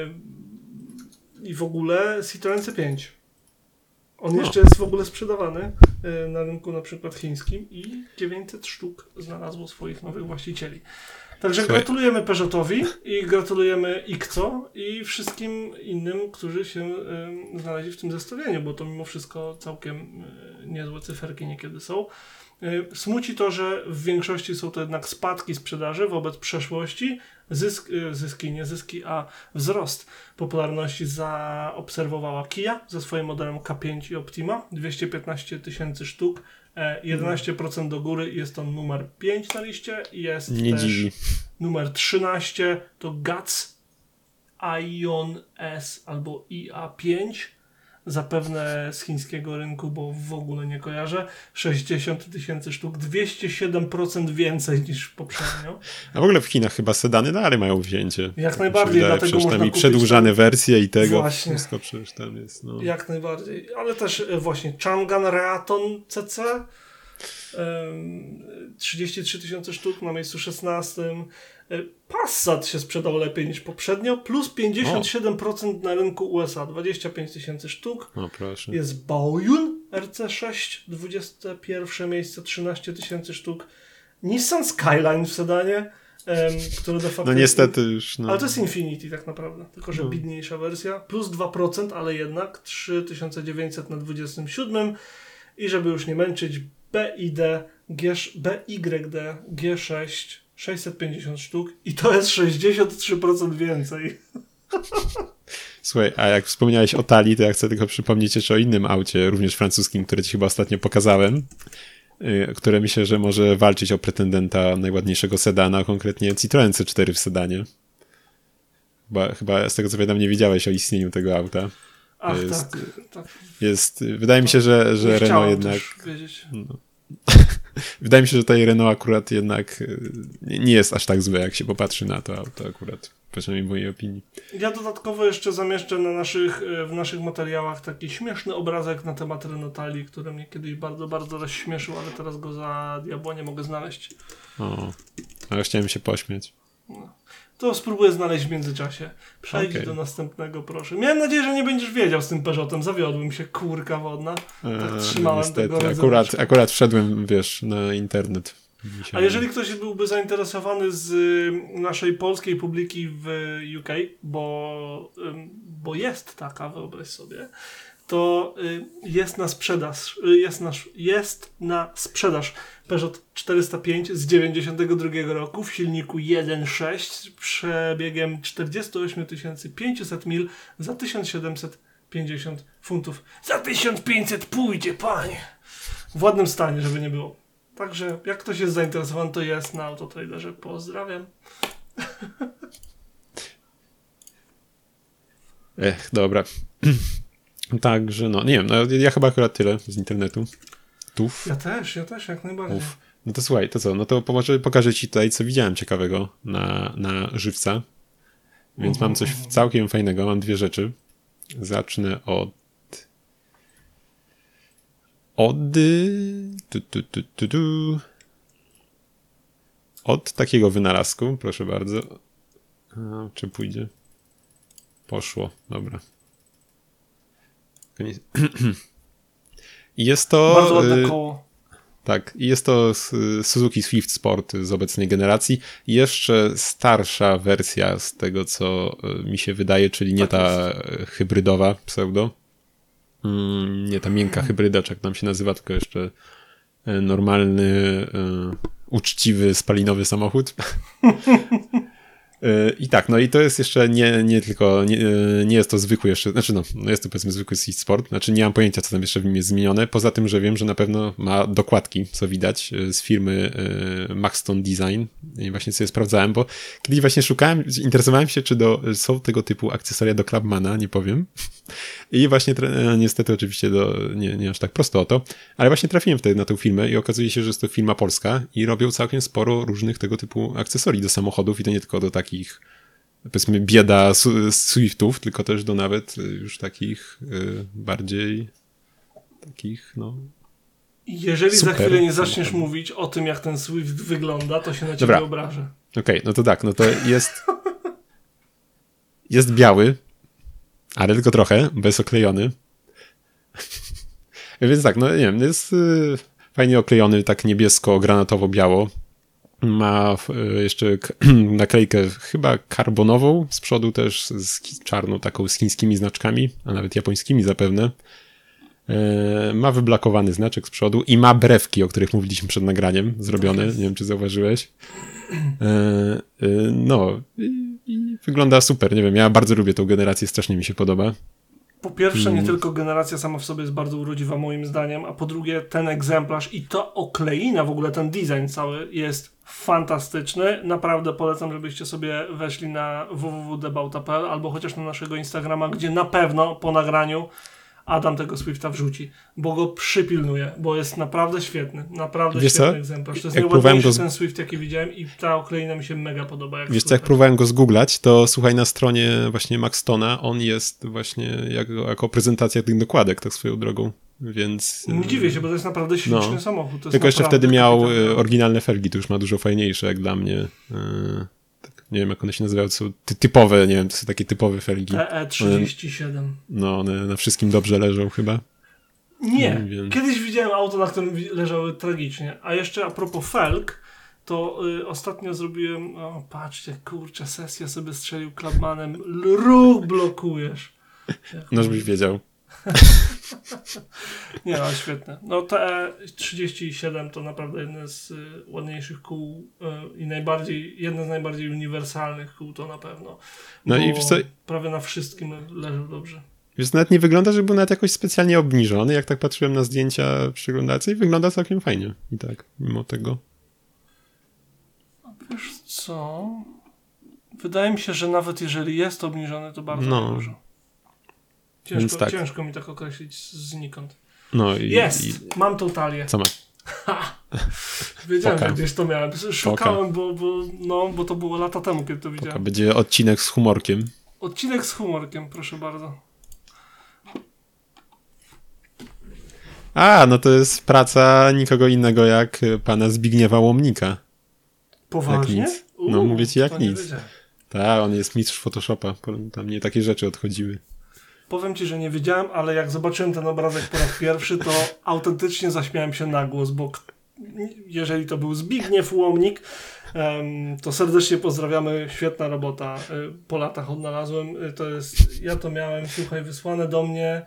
yy, i w ogóle Citroen C pięć. On no. jeszcze jest w ogóle sprzedawany yy, na rynku na przykład chińskim i dziewięćset sztuk znalazło swoich nowych właścicieli. Także Słuchaj. gratulujemy Peugeotowi i gratulujemy Ikco i wszystkim innym, którzy się yy, znaleźli w tym zestawieniu, bo to mimo wszystko całkiem yy, niezłe cyferki niekiedy są. Smuci to, że w większości są to jednak spadki sprzedaży wobec przeszłości, zysk, zyski, nie zyski, a wzrost popularności zaobserwowała Kia ze swoim modelem K pięć i Optima, dwieście piętnaście tysięcy sztuk, jedenaście procent do góry, jest to numer pięć na liście, jest nie też dziwi. numer trzynaście, to Guts Ion S albo I A pięć, zapewne z chińskiego rynku, bo w ogóle nie kojarzę, sześćdziesiąt tysięcy sztuk, dwieście siedem procent więcej niż poprzednio. A w ogóle w Chinach chyba sedany dalej mają wzięcie. Jak najbardziej, dlatego przecież można tam i kupić przedłużane tam... wersje i tego, właśnie. Wszystko przecież tam jest. No. Jak najbardziej, ale też właśnie Chang'an Reaton C C, trzydzieści trzy tysiące sztuk na miejscu szesnastym. Passat się sprzedał lepiej niż poprzednio, plus pięćdziesiąt siedem procent o. na rynku U S A, dwadzieścia pięć tysięcy sztuk. O, proszę. Jest Baoyun R C sześć, dwudzieste pierwsze miejsce, trzynaście tysięcy sztuk. Nissan Skyline w sedanie, um, który de facto... No niestety już... No. Ale to jest Infiniti tak naprawdę, tylko że no. biedniejsza wersja. Plus dwa procent, ale jednak trzy tysiące dziewięćset na dwudziestym siódmym. I żeby już nie męczyć, B I D, G, B Y D G sześć, sześćset pięćdziesiąt sztuk i to jest sześćdziesiąt trzy procent więcej. Słuchaj, a jak wspomniałeś o Talii, to ja chcę tylko przypomnieć jeszcze o innym aucie, również francuskim, które ci chyba ostatnio pokazałem, yy, które myślę, że może walczyć o pretendenta najładniejszego sedana, konkretnie Citroen C cztery w sedanie. Chyba, chyba z tego co pamiętam nie wiedziałeś o istnieniu tego auta. Ach, jest, tak, tak. Jest, wydaje mi się, że, że Renault jednak... No, wydaje mi się, że tutaj Renault akurat jednak nie jest aż tak złe, jak się popatrzy na to auto akurat, przynajmniej w mojej opinii. Ja dodatkowo jeszcze zamieszczę na naszych, w naszych materiałach taki śmieszny obrazek na temat Renault Tali, który mnie kiedyś bardzo, bardzo rozśmieszył, ale teraz go za diabła nie mogę znaleźć. O, ale chciałem się pośmiać. No. To spróbuję znaleźć w międzyczasie. Przejdź okay. do następnego, proszę. Miałem nadzieję, że nie będziesz wiedział z tym Peugeotem. Zawiodłem się, kurka wodna. Tak eee, trzymałem niestety. tego akurat, akurat wszedłem, wiesz, na internet. Dzisiaj. A jeżeli ktoś byłby zainteresowany z naszej polskiej publiki w U K, bo, bo jest taka, wyobraź sobie, to jest na sprzedaż, jest na, jest na sprzedaż Peugeot czterysta pięć z dziewięćdziesiątego drugiego roku w silniku jeden przecinek sześć przebiegiem czterdzieści osiem tysięcy pięćset mil za tysiąc siedemset pięćdziesiąt funtów. Za tysiąc pięćset pójdzie, panie! W ładnym stanie, żeby nie było. Także jak ktoś jest zainteresowany, to jest na Autotraderze. Pozdrawiam. Ech, dobra. Także no, nie wiem, no ja chyba akurat tyle z internetu. Tuf. Ja też, ja też, jak najbardziej. Uf. No to słuchaj, to co, no to może pokażę ci tutaj, co widziałem ciekawego na, na żywca. Więc uh-huh, mam coś uh-huh. całkiem fajnego, mam dwie rzeczy. Zacznę od od tu, tu, tu, tu, tu. od takiego wynalazku, proszę bardzo. A, czy pójdzie? Poszło, dobra. I jest to... Bardzo ładne koło. Tak, i jest to Suzuki Swift Sport z obecnej generacji. Jeszcze starsza wersja z tego, co mi się wydaje, czyli nie ta hybrydowa pseudo. Nie ta miękka hybryda, czy jak nam się nazywa, tylko jeszcze normalny, uczciwy, spalinowy samochód. I tak, no i to jest jeszcze nie, nie tylko, nie, nie jest to zwykły jeszcze, znaczy no, no jest to powiedzmy zwykły Swift Sport, znaczy nie mam pojęcia, co tam jeszcze w nim jest zmienione, poza tym, że wiem, że na pewno ma dokładki, co widać, z firmy y, Maxton Design i właśnie sobie sprawdzałem, bo kiedyś właśnie szukałem, interesowałem się, czy do, są tego typu akcesoria do Clubmana, nie powiem, i właśnie tra- niestety oczywiście do, nie, nie aż tak prosto o to, ale właśnie trafiłem wtedy na tę firmę i okazuje się, że jest to firma polska i robią całkiem sporo różnych tego typu akcesorii do samochodów i to nie tylko do takich takich, powiedzmy, bieda Swiftów, tylko też do nawet już takich y, bardziej takich, no... Jeżeli super. Za chwilę nie zaczniesz mówić o tym, jak ten Swift wygląda, to się na ciebie Dobra. obrażę. Okej, okay, no to tak, no to jest jest biały, ale tylko trochę, bez oklejony. Więc tak, no nie wiem, jest y, fajnie oklejony, tak niebiesko-granatowo-biało. Ma jeszcze naklejkę chyba karbonową, z przodu też z czarną, taką z chińskimi znaczkami, a nawet japońskimi zapewne. Ma wyblakowany znaczek z przodu i ma brewki, o których mówiliśmy przed nagraniem, zrobione, nie wiem czy zauważyłeś. No i, i wygląda super, nie wiem, ja bardzo lubię tą generację, strasznie mi się podoba. Po pierwsze, nie tylko generacja sama w sobie jest bardzo urodziwa moim zdaniem, a po drugie ten egzemplarz i ta okleina, w ogóle ten design cały jest fantastyczny. Naprawdę polecam, żebyście sobie weszli na w w w kropka debauta kropka p l albo chociaż na naszego Instagrama, gdzie na pewno po nagraniu Adam tego Swifta wrzuci, bo go przypilnuje, bo jest naprawdę świetny, naprawdę Wiesz świetny co? egzemplarz. To jest jak najładniejszy z... ten Swift, jaki widziałem i ta okleina mi się mega podoba. Jak Wiesz co, jak próbowałem go zgooglać, to słuchaj, na stronie właśnie Maxtona, on jest właśnie jako, jako prezentacja tych dokładek, tak swoją drogą, więc... Nie dziwię się, bo to jest naprawdę śliczny no. samochód. To tylko jeszcze wtedy miał kapitalny. oryginalne felgi, to już ma dużo fajniejsze, jak dla mnie. Nie wiem, jak one się nazywają, to są ty- typowe, nie wiem, to są takie typowe felgi. T E trzydzieści siedem. No, one na wszystkim dobrze leżą chyba. Nie, no, kiedyś widziałem auto, na którym leżały tragicznie. A jeszcze a propos felg, to y, ostatnio zrobiłem, o patrzcie, kurczę, sesja sobie strzelił Clubmanem, ruch blokujesz. No, żebyś wiedział. Nie, no, świetne. No T E trzydzieści siedem to naprawdę jedne z y, ładniejszych kół y, i najbardziej, jedne z najbardziej uniwersalnych kół to na pewno. No i wiesz co? Prawie na wszystkim leżał dobrze. Wiesz, nawet nie wygląda, żeby był nawet jakoś specjalnie obniżony. Jak tak patrzyłem na zdjęcia w przeglądarce i wygląda całkiem fajnie. I tak, mimo tego. Wiesz co? Wydaje mi się, że nawet jeżeli jest obniżony, to bardzo no. dużo. Ciężko, tak. ciężko mi tak określić znikąd. No i... Jest! I... Mam tą talię. Co masz? Wiedziałem, że gdzieś to miałem. Szukałem, bo, bo, no, bo to było lata temu, kiedy to widziałem. Poka. Będzie odcinek z humorkiem. Odcinek z humorkiem, proszę bardzo. A, no to jest praca nikogo innego jak pana Zbigniewa Łomnika. Poważnie? Jak nic. No, mówię ci jak nic. Nie tak, on jest mistrz Photoshopa. Tam nie takie rzeczy odchodziły. Powiem ci, że nie wiedziałem, ale jak zobaczyłem ten obrazek po raz pierwszy, to autentycznie zaśmiałem się na głos, bo jeżeli to był Zbigniew Łomnik, to serdecznie pozdrawiamy, świetna robota, po latach odnalazłem, to jest, ja to miałem, słuchaj, wysłane do mnie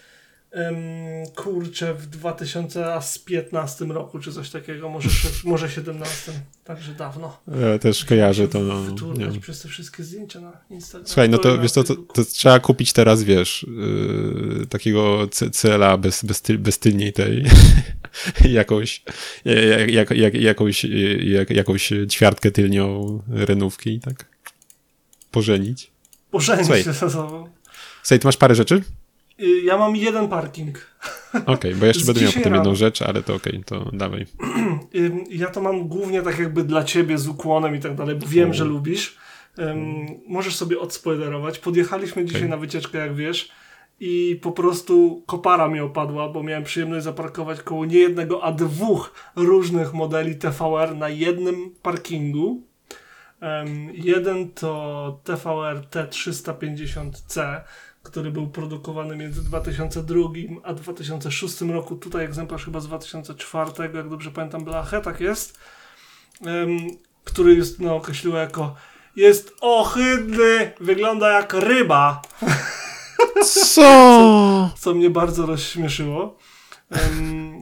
kurczę w dwa tysiące piętnastym roku, czy coś takiego, może, może siedemnastym, także dawno. Ja też kojarzę to. No, wyturlać przez te wszystkie zdjęcia na Instagramie. Słuchaj, no to wiesz to, to, to trzeba kupić teraz, wiesz, yy, takiego C L A bez, bez, tyl, bez tylniej tej jakąś, jak, jak, jak, jakąś, jak, jakąś ćwiartkę tylnią renówki i tak pożenić. Pożenić się ze sobą. Słuchaj, ty masz parę rzeczy? Ja mam jeden parking. Okej, okay, bo jeszcze będę miał potem rano. jedną rzecz, ale to okej, okay, to dawaj. Ja to mam głównie tak jakby dla ciebie z ukłonem i tak dalej, bo wiem, że lubisz. Um, możesz sobie odspoilerować. Podjechaliśmy dzisiaj okay. na wycieczkę, jak wiesz, i po prostu kopara mi opadła, bo miałem przyjemność zaparkować koło nie jednego, a dwóch różnych modeli T V R na jednym parkingu. Um, jeden to T V R T trzysta pięćdziesiąt C, który był produkowany między dwa tysiące drugim a dwa tysiące szóstym roku. Tutaj egzemplarz chyba z dwa tysiące czwartego, jak dobrze pamiętam, Blache, tak jest. Um, który jest no, określił jako jest ohydny, wygląda jak ryba. Co? Co mnie bardzo rozśmieszyło. Um,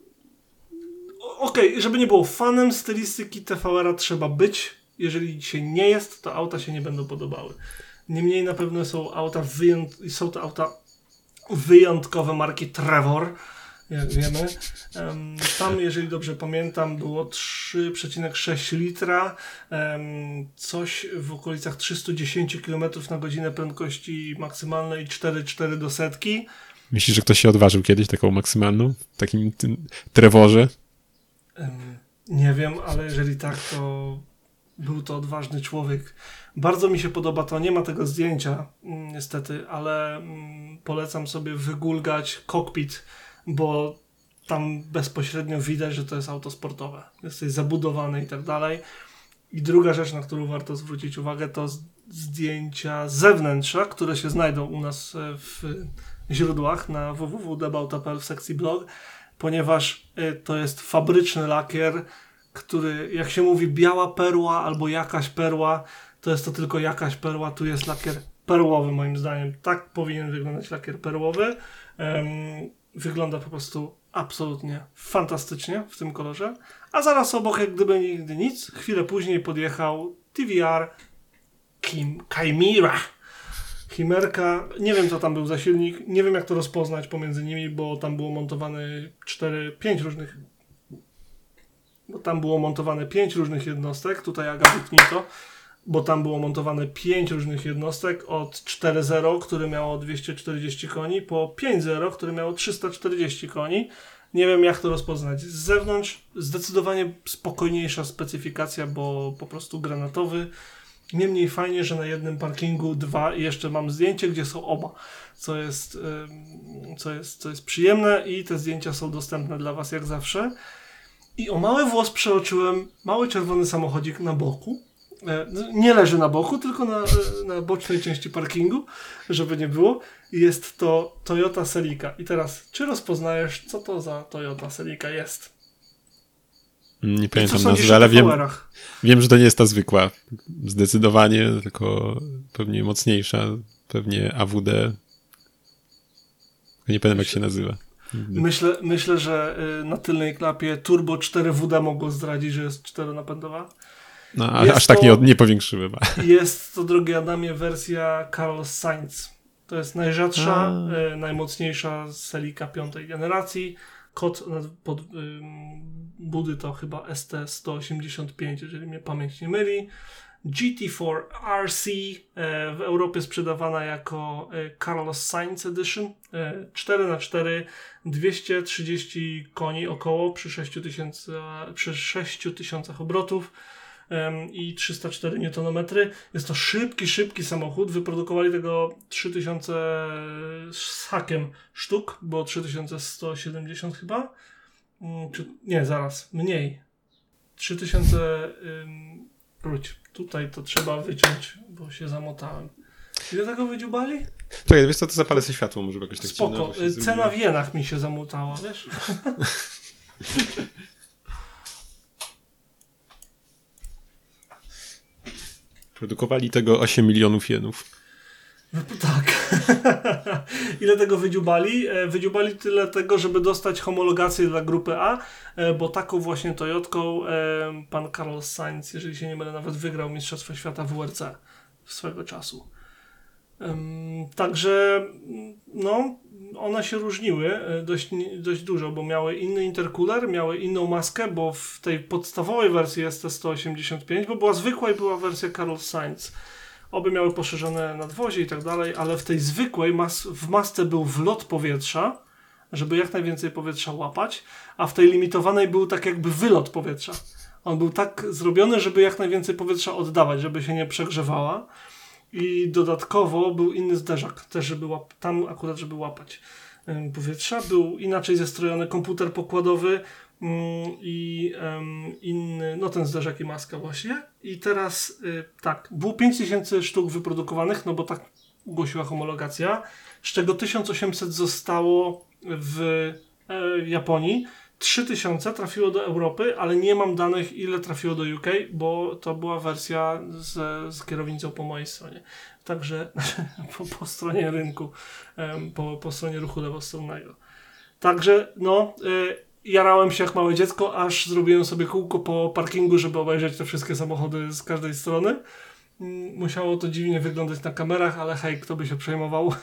Okej, okay, żeby nie było, fanem stylistyki T V R-a trzeba być. Jeżeli się nie jest, to auta się nie będą podobały. Niemniej na pewno są auta wyjąt- są to auta wyjątkowe marki Trevor, jak wiemy. Um, tam, jeżeli dobrze pamiętam, było trzy przecinek sześć litra, um, coś w okolicach trzysta dziesięć kilometrów na godzinę prędkości maksymalnej, cztery przecinek cztery do setki. Myślisz, że ktoś się odważył kiedyś taką maksymalną? W takim tym Trevorze? Um, nie wiem, ale jeżeli tak, to był to odważny człowiek. Bardzo mi się podoba to, nie ma tego zdjęcia niestety, ale mm, polecam sobie wygulgać kokpit, bo tam bezpośrednio widać, że to jest auto sportowe. Jesteś zabudowany i tak dalej. I druga rzecz, na którą warto zwrócić uwagę, to z- zdjęcia z zewnętrza, które się znajdą u nas w źródłach na w w w kropka debauta kropka p l w sekcji blog, ponieważ y, to jest fabryczny lakier, który, jak się mówi, biała perła albo jakaś perła, to jest to tylko jakaś perła, tu jest lakier perłowy moim zdaniem. Tak powinien wyglądać lakier perłowy. Um, wygląda po prostu absolutnie fantastycznie w tym kolorze. A zaraz obok, jak gdyby nigdy nic, chwilę później podjechał T V R Kim, Chimera. Chimerka, nie wiem co tam był za silnik, nie wiem jak to rozpoznać pomiędzy nimi, bo tam było montowane cztery, pięć różnych bo tam było montowane pięć różnych jednostek, tutaj Aga wytnij to, bo tam było montowane pięć różnych jednostek od cztery zero, które miało dwieście czterdzieści koni, po pięć zero, które miało trzysta czterdzieści koni. Nie wiem jak to rozpoznać. Z zewnątrz zdecydowanie spokojniejsza specyfikacja, bo po prostu granatowy. Niemniej fajnie, że na jednym parkingu dwa i jeszcze mam zdjęcie, gdzie są oba, co jest, yy, co jest, co jest przyjemne i te zdjęcia są dostępne dla Was jak zawsze. I o mały włos przeoczyłem mały czerwony samochodzik na boku. E, nie leży na boku, tylko na, na bocznej części parkingu, żeby nie było. Jest to Toyota Celica. I teraz, czy rozpoznajesz, co to za Toyota Celica jest? Nie pamiętam nazwy, ale wiem, wiem, że to nie jest ta zwykła. Zdecydowanie, tylko pewnie mocniejsza. Pewnie A W D. Nie pamiętam jak się nazywa. Myślę, myślę, że na tylnej klapie Turbo cztery W D mogło zdradzić, że jest czteronapędowa. No, a, aż to, tak nie, nie powiększyłem. Jest to, drogi Adamie, wersja Carlos Sainz. To jest najrzadsza, e, najmocniejsza Celica piątej generacji. Kod pod y, budy to chyba S T sto osiemdziesiąt pięć, jeżeli mnie pamięć nie myli. G T cztery R C e, w Europie sprzedawana jako e, Carlos Sainz Edition. E, cztery na cztery, dwieście trzydzieści koni około przy sześciu tysiącach obrotów e, i trzysta cztery niutonometry. Jest to szybki, szybki samochód. Wyprodukowali tego trzy tysiące z hakiem sztuk, bo trzy tysiące sto siedemdziesiąt chyba. Czy, nie, zaraz, mniej. trzy tysiące... Ym, wróć. Tutaj to trzeba wyciąć, bo się zamotałem. Ile tego wydziubali? Czekaj, wiesz co, to zapalę sobie światło, może jakoś tak spoko, ciemno, cena w jenach mi się zamotała, wiesz? Produkowali tego osiem milionów jenów. No tak. Ile tego wydziubali? Wydziubali tyle tego, żeby dostać homologację dla grupy A, bo taką właśnie Toyotką pan Carlos Sainz, jeżeli się nie mylę, nawet wygrał Mistrzostwo Świata W R C swego czasu. Także no, one się różniły dość, dość dużo, bo miały inny intercooler, miały inną maskę, bo w tej podstawowej wersji S T sto osiemdziesiąt pięć, bo była zwykła i była wersja Carlos Sainz. Obie miały poszerzone nadwozie i tak dalej, ale w tej zwykłej mas- w masce był wlot powietrza, żeby jak najwięcej powietrza łapać, a w tej limitowanej był tak jakby wylot powietrza. On był tak zrobiony, żeby jak najwięcej powietrza oddawać, żeby się nie przegrzewała. I dodatkowo był inny zderzak, też żeby łap- tam akurat, żeby łapać ym, powietrza. Był inaczej zestrojony komputer pokładowy ym, i ym, inny, no ten zderzak i maska właśnie. I teraz y, tak, było pięć tysięcy sztuk wyprodukowanych, no bo tak ogłosiła homologacja, z czego tysiąc osiemset zostało w e, Japonii. trzy tysiące trafiło do Europy, ale nie mam danych, ile trafiło do U K, bo to była wersja z, z kierownicą po mojej stronie. Także po, po stronie rynku, um, po, po stronie ruchu lewostronnego. Także no, y, jarałem się jak małe dziecko, aż zrobiłem sobie kółko po parkingu, żeby obejrzeć te wszystkie samochody z każdej strony. Musiało to dziwnie wyglądać na kamerach, ale hej, kto by się przejmował.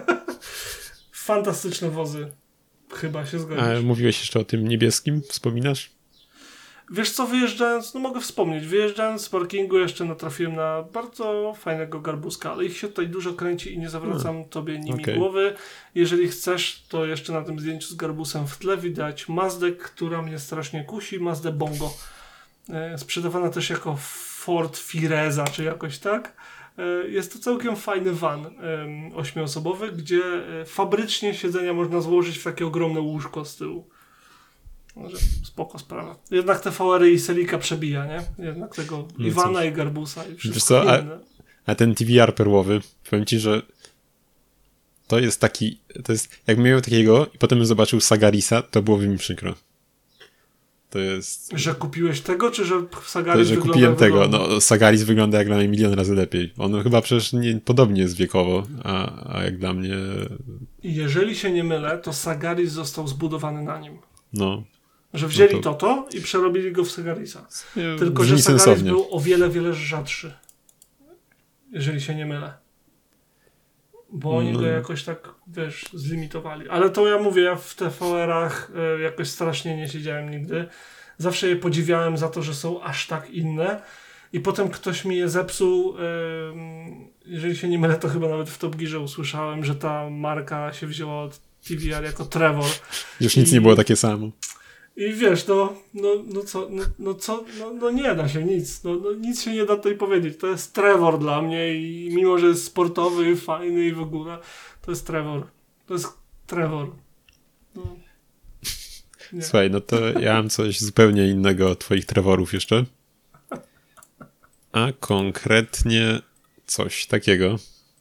Fantastyczne wozy. Chyba się zgodzisz. A mówiłeś jeszcze o tym niebieskim, wspominasz? Wiesz co, wyjeżdżając, no mogę wspomnieć, wyjeżdżając z parkingu jeszcze natrafiłem na bardzo fajnego garbuska, ale ich się tutaj dużo kręci i nie zawracam hmm. tobie nimi okay. głowy. Jeżeli chcesz, to jeszcze na tym zdjęciu z garbusem w tle widać Mazdę, która mnie strasznie kusi, Mazdę Bongo. E, sprzedawana też jako Ford Fireza, czy jakoś tak. E, jest to całkiem fajny van e, ośmioosobowy, gdzie e, fabrycznie siedzenia można złożyć w takie ogromne łóżko z tyłu. Może spoko sprawa. Jednak te V R y i Selika przebija, nie? Jednak tego no Iwana cóż. I Garbusa i wszystko co, a, inne. A ten T V R perłowy, powiem ci, że to jest taki, to jest, jak miał takiego i potem zobaczył Sagarisa, to byłoby mi przykro. To jest... Że kupiłeś tego, czy że Sagaris to, że kupiłem tego. Wygląda? No, Sagaris wygląda jak dla mnie milion razy lepiej. On chyba przecież nie, podobnie jest wiekowo, a, a jak dla mnie... Jeżeli się nie mylę, to Sagaris został zbudowany na nim. No. Że wzięli no to... to i przerobili go w Sagarisa. Nie, tylko, że Sagaris sensownie. Był o wiele, wiele rzadszy. Jeżeli się nie mylę. Bo oni no. go jakoś tak, wiesz, zlimitowali. Ale to ja mówię, ja w T V R-ach y, jakoś strasznie nie siedziałem nigdy. Zawsze je podziwiałem za to, że są aż tak inne. I potem ktoś mi je zepsuł. Y, jeżeli się nie mylę, to chyba nawet w Top Gearze usłyszałem, że ta marka się wzięła od T V R jako Trevor. Już nic I, nie było takie samo. I wiesz, no, no, no co, no, no co, no, no nie da się nic, no, no nic się nie da tutaj powiedzieć, to jest Trevor dla mnie i mimo, że jest sportowy, fajny i w ogóle, to jest Trevor, to jest Trevor. No, słuchaj, no to ja mam coś zupełnie innego od twoich Trevorów jeszcze, a konkretnie coś takiego.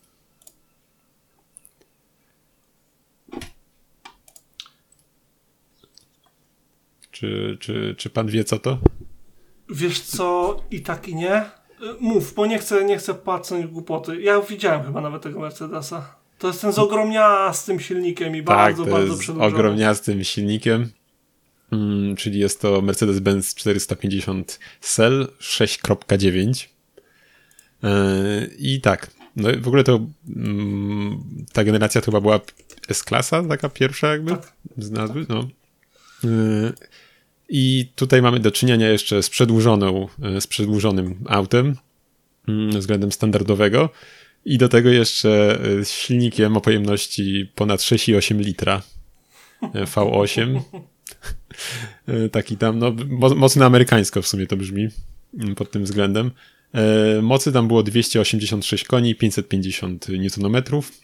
Czy, czy, czy pan wie, co to? Wiesz co, i tak i nie. Mów, bo nie chcę, nie chcę patrzeć głupoty. Ja widziałem chyba nawet tego Mercedesa. To jest ten z ogromniastym silnikiem i bardzo, tak, bardzo przedłużony. Tak, z ogromniastym silnikiem. Hmm, czyli jest to Mercedes-Benz czterysta pięćdziesiąt S L sześć kropka dziewięć. Yy, I tak, no w ogóle to mm, ta generacja to chyba była S-klasa, taka pierwsza jakby tak. z nazwy, no. Yy, I tutaj mamy do czynienia jeszcze z przedłużoną, z przedłużonym autem względem standardowego i do tego jeszcze z silnikiem o pojemności ponad sześć i osiem litra V osiem. Taki tam, no mocno amerykańsko w sumie to brzmi pod tym względem. Mocy tam było dwieście osiemdziesiąt sześć koni, pięćset pięćdziesiąt niutonometrów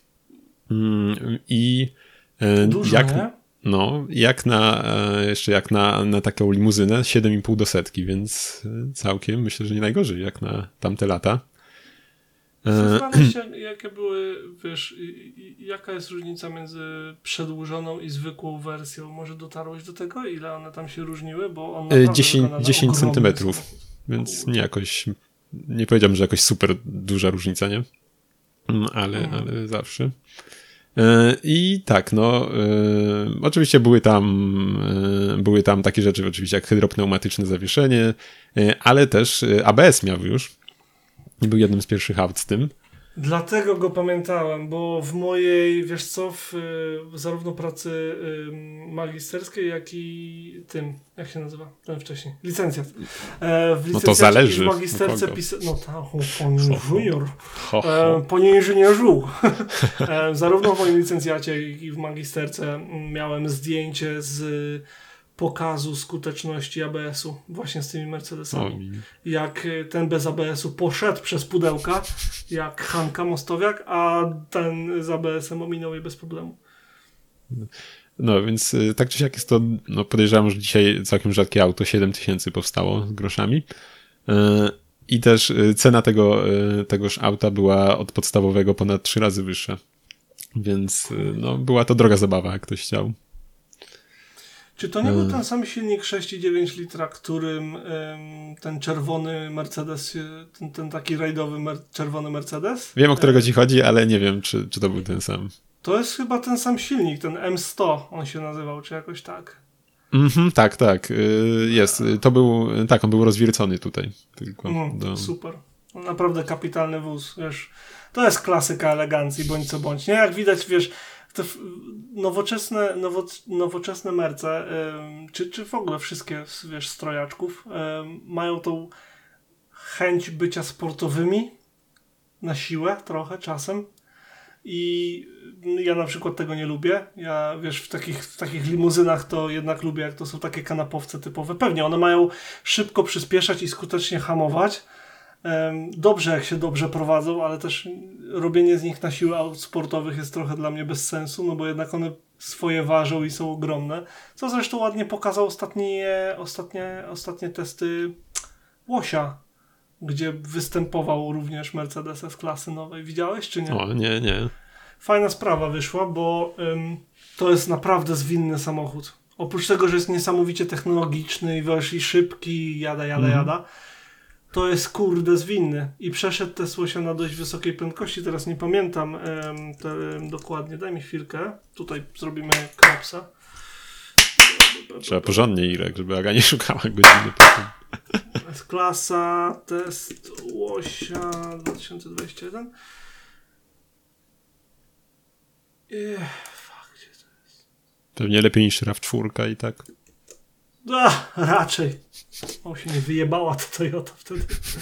i dużo, jak... nie? No, jak na, jeszcze jak na, na taką limuzynę, siedem i pół do setki, więc całkiem myślę, że nie najgorzej, jak na tamte lata. Zastanawiam się, jakie były, wiesz, jaka jest różnica między przedłużoną i zwykłą wersją? Może dotarłeś do tego, ile one tam się różniły? Bo on dziesięć centymetrów, więc nie jakoś, nie powiedziałbym, że jakoś super duża różnica, nie? Ale, hmm. ale zawsze. I tak, no y, oczywiście były tam y, były tam takie rzeczy oczywiście jak hydropneumatyczne zawieszenie, y, ale też A B S miał już i był jednym z pierwszych aut z tym. Dlatego go pamiętałem, bo w mojej, wiesz co, w, w zarówno pracy y, magisterskiej, jak i tym, jak się nazywa, ten wcześniej, licencjat. E, w no to zależy. W magisterce pisałem, no tak, pan inżynier, e, panie inżynierzu. e, zarówno w moim licencjacie, jak i w magisterce miałem zdjęcie z pokazu skuteczności A B S-u właśnie z tymi Mercedesami. O. Jak ten bez A B S-u poszedł przez pudełka, jak Hanka Mostowiak, a ten z A B S-em ominął je bez problemu. No więc tak czy siak jest to, no podejrzewam, że dzisiaj całkiem rzadkie auto, siedem tysięcy powstało z groszami. I też cena tego, tegoż auta była od podstawowego ponad trzy razy wyższa. Więc no, była to droga zabawa, jak ktoś chciał. Czy to nie był ten sam silnik sześć i dziewięć litra, którym ym, ten czerwony Mercedes, ten, ten taki rajdowy mer- czerwony Mercedes? Wiem, o którego ci chodzi, ale nie wiem, czy, czy to był ten sam. To jest chyba ten sam silnik, ten M sto on się nazywał, czy jakoś tak. Mhm, tak, tak, jest. To był, tak, on był rozwiercony tutaj. Tylko mm, do... Super. Naprawdę kapitalny wóz, wiesz. To jest klasyka elegancji, bądź co bądź. Nie, jak widać, wiesz, te nowoczesne, nowo, nowoczesne merce, ym, czy, czy w ogóle wszystkie, wiesz, strojaczków, ym, mają tą chęć bycia sportowymi na siłę trochę czasem. I ja na przykład tego nie lubię. Ja, wiesz, w takich, w takich limuzynach to jednak lubię, jak to są takie kanapowce typowe. Pewnie one mają szybko przyspieszać i skutecznie hamować. Dobrze, jak się dobrze prowadzą, ale też robienie z nich na siłę aut sportowych jest trochę dla mnie bez sensu, no bo jednak one swoje ważą i są ogromne. Co zresztą ładnie pokazał ostatnie, ostatnie, ostatnie testy Łosia, gdzie występował również Mercedes z klasy nowej. Widziałeś, czy nie? O, nie, nie. Fajna sprawa wyszła, bo ym, to jest naprawdę zwinny samochód. Oprócz tego, że jest niesamowicie technologiczny i, wiesz, i szybki, jada, jada, mm. jada, to jest kurde zwinny. I przeszedł te Łosia na dość wysokiej prędkości. Teraz nie pamiętam ym, te, ym, dokładnie. Daj mi chwilkę. Tutaj zrobimy klapsa. Trzeba porządnie, Irek, żeby Aga nie szukała godziny potem. Jest klasa, test Łosia dwa tysiące dwudziesty pierwszy. Ech, fuck, gdzie to jest? Pewnie lepiej niż RAV cztery i tak. A, raczej. O, się nie wyjebała ta Toyota wtedy.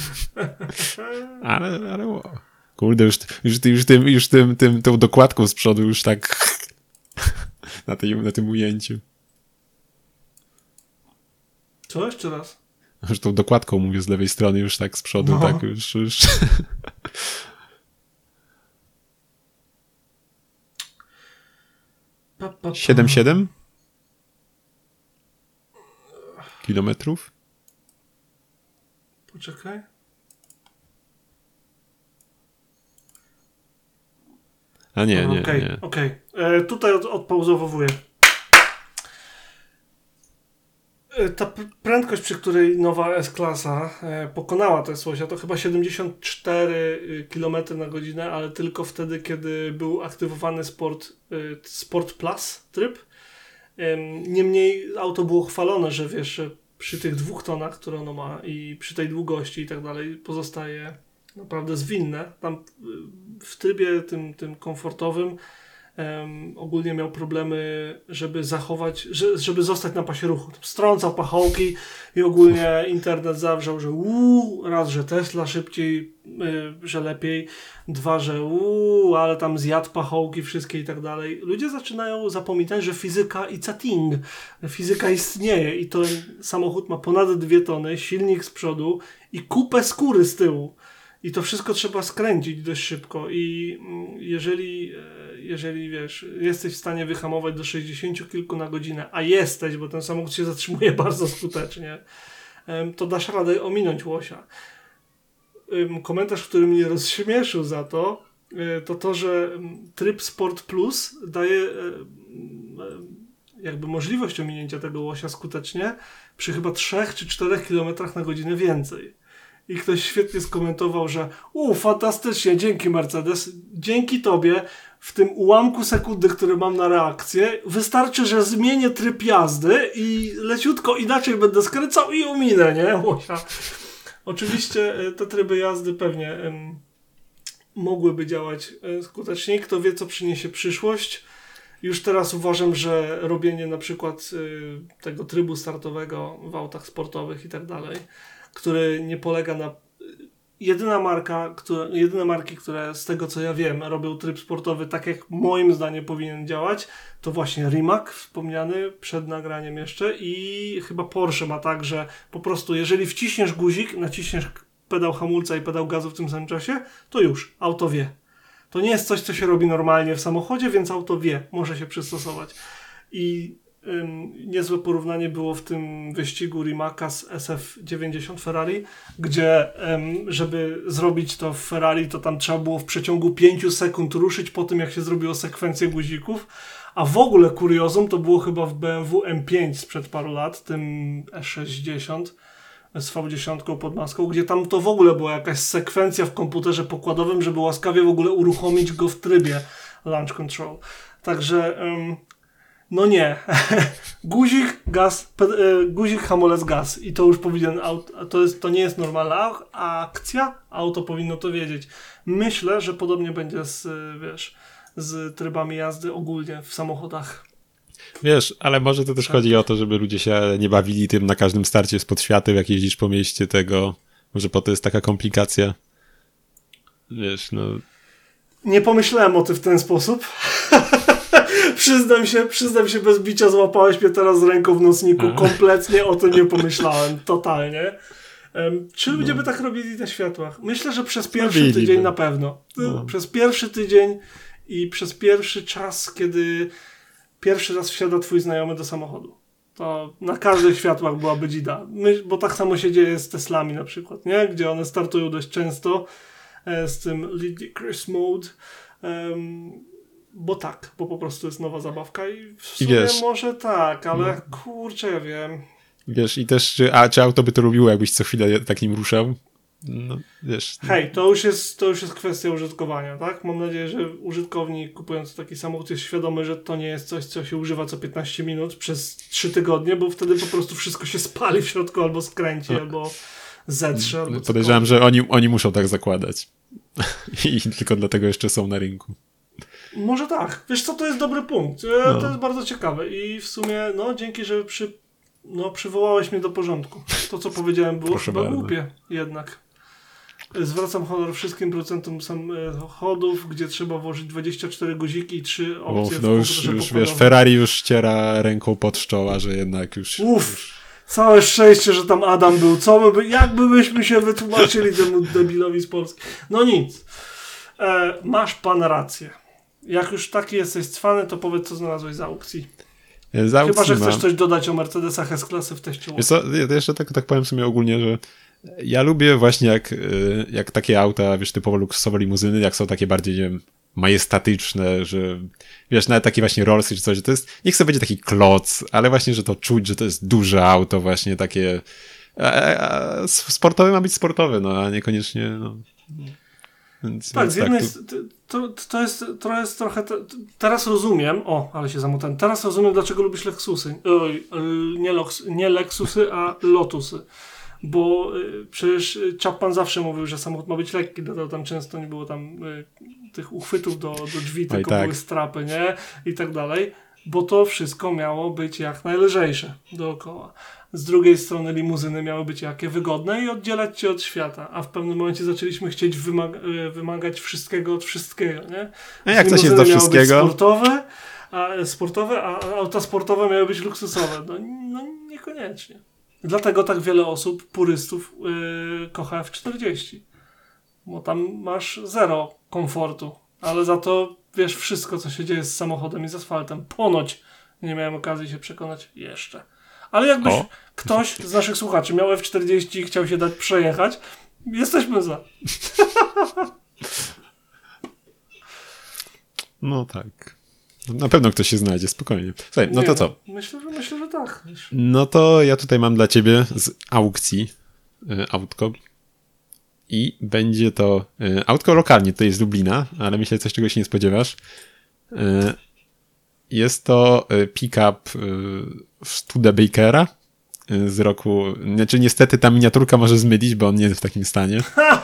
ale, ale wow. Kurde, już, już, już, tym, już tym, tym, tą dokładką z przodu już tak na, tej, na tym ujęciu. Co? Jeszcze raz? Już tą dokładką mówię z lewej strony już tak z przodu, no. tak już... już. siedem siedem kilometrów? Poczekaj. A nie, nie, okay, nie. Okej, okay. Tutaj od, odpauzowuję. Ta prędkość, przy której nowa S-klasa e, pokonała tę Łosia, to chyba siedemdziesiąt cztery kilometry na godzinę, ale tylko wtedy, kiedy był aktywowany Sport, e, Sport Plus tryb. E, niemniej auto było chwalone, że wiesz, że przy tych dwóch tonach, które ono ma i przy tej długości i tak dalej, pozostaje naprawdę zwinne. Tam w trybie tym, tym komfortowym Um, ogólnie miał problemy, żeby zachować, że, żeby zostać na pasie ruchu. Strącał pachołki i ogólnie internet zawrzał, że uuu, raz, że Tesla szybciej, yy, że lepiej, dwa, że uuu, ale tam zjadł pachołki wszystkie i tak dalej. Ludzie zaczynają zapominać, że fizyka it's a thing. Fizyka istnieje i to samochód ma ponad dwie tony, silnik z przodu i kupę skóry z tyłu. I to wszystko trzeba skręcić dość szybko i jeżeli, jeżeli wiesz, jesteś w stanie wyhamować do sześćdziesięciu kilku na godzinę, a jesteś, bo ten samochód się zatrzymuje bardzo skutecznie, to dasz radę ominąć Łosia. Komentarz, który mnie rozśmieszył za to, to to, że tryb Sport Plus daje jakby możliwość ominięcia tego Łosia skutecznie przy chyba trzech czy czterech kilometrach na godzinę więcej. I ktoś świetnie skomentował, że u, fantastycznie, dzięki Mercedes, dzięki tobie w tym ułamku sekundy, który mam na reakcję, wystarczy, że zmienię tryb jazdy i leciutko inaczej będę skręcał i ominę, nie? Łosia. Oczywiście te tryby jazdy pewnie um, mogłyby działać skuteczniej. Kto wie, co przyniesie przyszłość. Już teraz uważam, że robienie na przykład y, tego trybu startowego w autach sportowych i tak dalej, który nie polega na jedyna marka, która, jedyne marki, które z tego co ja wiem robią tryb sportowy tak jak moim zdaniem powinien działać, to właśnie Rimac wspomniany przed nagraniem jeszcze i chyba Porsche ma tak, że po prostu jeżeli wciśniesz guzik, naciśniesz pedał hamulca i pedał gazu w tym samym czasie, to już, auto wie. To nie jest coś, co się robi normalnie w samochodzie, więc auto wie, może się przystosować. I ym, niezłe porównanie było w tym wyścigu Rimaca z S F dziewięćdziesiąt Ferrari, gdzie ym, żeby zrobić to w Ferrari, to tam trzeba było w przeciągu pięciu sekund ruszyć po tym, jak się zrobiło sekwencję guzików, a w ogóle kuriozum to było chyba w B M W M pięć sprzed paru lat, tym E sześćdziesiąt, z V dziesięć pod maską, gdzie tam to w ogóle była jakaś sekwencja w komputerze pokładowym, żeby łaskawie w ogóle uruchomić go w trybie Launch Control. Także um, no nie. guzik, gaz, pe- guzik, hamulec, gaz. I to już powinien, aut- to, jest, to nie jest normalna akcja, auto powinno to wiedzieć. Myślę, że podobnie będzie z, wiesz, z trybami jazdy ogólnie w samochodach. Wiesz, ale może to też tak. chodzi o to, żeby ludzie się nie bawili tym na każdym starcie spod świateł, jak jeździsz po mieście tego. Może po to jest taka komplikacja. Wiesz, no... Nie pomyślałem o tym w ten sposób. przyznam się, przyznam się bez bicia, złapałeś mnie teraz z ręką w nocniku. A. Kompletnie o tym nie pomyślałem. Totalnie. Um, czy ludzie no. by tak robili na światłach? Myślę, że przez pierwszy Robiliby. tydzień na pewno. No. Przez pierwszy tydzień i przez pierwszy czas, kiedy pierwszy raz wsiada twój znajomy do samochodu. To na każdych światłach byłaby dzida. My, bo tak samo się dzieje z Teslami na przykład, nie? Gdzie one startują dość często e, z tym ludicrous mode. Um, bo tak, bo po prostu jest nowa zabawka i w sumie I wiesz, może tak, ale no. kurczę, ja wiem. Wiesz, i też, czy, a czy auto by to lubiło, jakbyś co chwilę takim ruszał? No, wiesz. Hej, to już jest, to już jest kwestia użytkowania, tak? Mam nadzieję, że użytkownik kupując taki samochód jest świadomy, że to nie jest coś, co się używa co piętnaście minut przez trzy tygodnie, bo wtedy po prostu wszystko się spali w środku albo skręci, no. albo zetrze. Albo podejrzewam, że oni, oni muszą tak zakładać. I tylko dlatego jeszcze są na rynku. Może tak. Wiesz co, to jest dobry punkt. No. To jest bardzo ciekawe i w sumie, no dzięki, że przy, no, przywołałeś mnie do porządku. To, co powiedziałem, było chyba głupie jednak. Zwracam honor wszystkim producentom samochodów, gdzie trzeba włożyć dwadzieścia cztery guziki i trzy opcje. Uf, no już, już wiesz, Ferrari już ściera ręką pod czoła, że jednak już... Uff, już... całe szczęście, że tam Adam był. Co my, jakby myśmy się wytłumaczyli temu debilowi z Polski. No nic. E, masz pan rację. Jak już taki jesteś cwany, to powiedz, co znalazłeś z aukcji. Z aukcji Chyba, że chcesz mam... coś dodać o Mercedesach S-klasy w teście. Wiesz co, ja jeszcze tak, tak powiem sobie ogólnie, że ja lubię właśnie jak, jak takie auta, wiesz, typowo luksusowe limuzyny, jak są takie bardziej, nie wiem, majestatyczne, że wiesz, nawet takie właśnie Rollsy czy coś, że to jest, niech sobie będzie taki kloc, ale właśnie, że to czuć, że to jest duże auto właśnie takie, a, a sportowe ma być sportowe, no, a niekoniecznie, no. Więc, tak, więc z jednej tak, to, to, jest, to jest trochę, te, teraz rozumiem, o, ale się zamotałem, teraz rozumiem, dlaczego lubisz Lexusy, Oj, nie, Lox, nie Lexusy, a Lotusy. Bo y, przecież Chapman zawsze mówił, że samochód ma być lekki, dlatego tam często nie było tam y, tych uchwytów do, do drzwi, tylko tak. były strapy, nie? I tak dalej, bo to wszystko miało być jak najlżejsze dookoła. Z drugiej strony limuzyny miały być jakie wygodne i oddzielać cię od świata, a w pewnym momencie zaczęliśmy chcieć wymaga- wymagać wszystkiego od wszystkiego, nie? A jak coś jest do wszystkiego? Sportowe, a, sportowe, a auta sportowe miały być luksusowe. No, no niekoniecznie. Dlatego tak wiele osób, purystów, yy, kocha F czterdzieści. Bo tam masz zero komfortu, ale za to wiesz wszystko, co się dzieje z samochodem i z asfaltem. Ponoć nie miałem okazji się przekonać jeszcze. Ale jakbyś o. ktoś z naszych słuchaczy miał F czterdzieści i chciał się dać przejechać, jesteśmy za. No tak. Na pewno ktoś się znajdzie, spokojnie. Słuchaj, no nie, to co? Myślę, że myślę, że tak. No to ja tutaj mam dla ciebie z aukcji y, autko i będzie to y, autko lokalnie, to jest z Lublina, ale myślę, coś czego się nie spodziewasz. Y, jest to y, pick-up y, Studebakera y, z roku, znaczy niestety ta miniaturka może zmylić, bo on nie jest w takim stanie.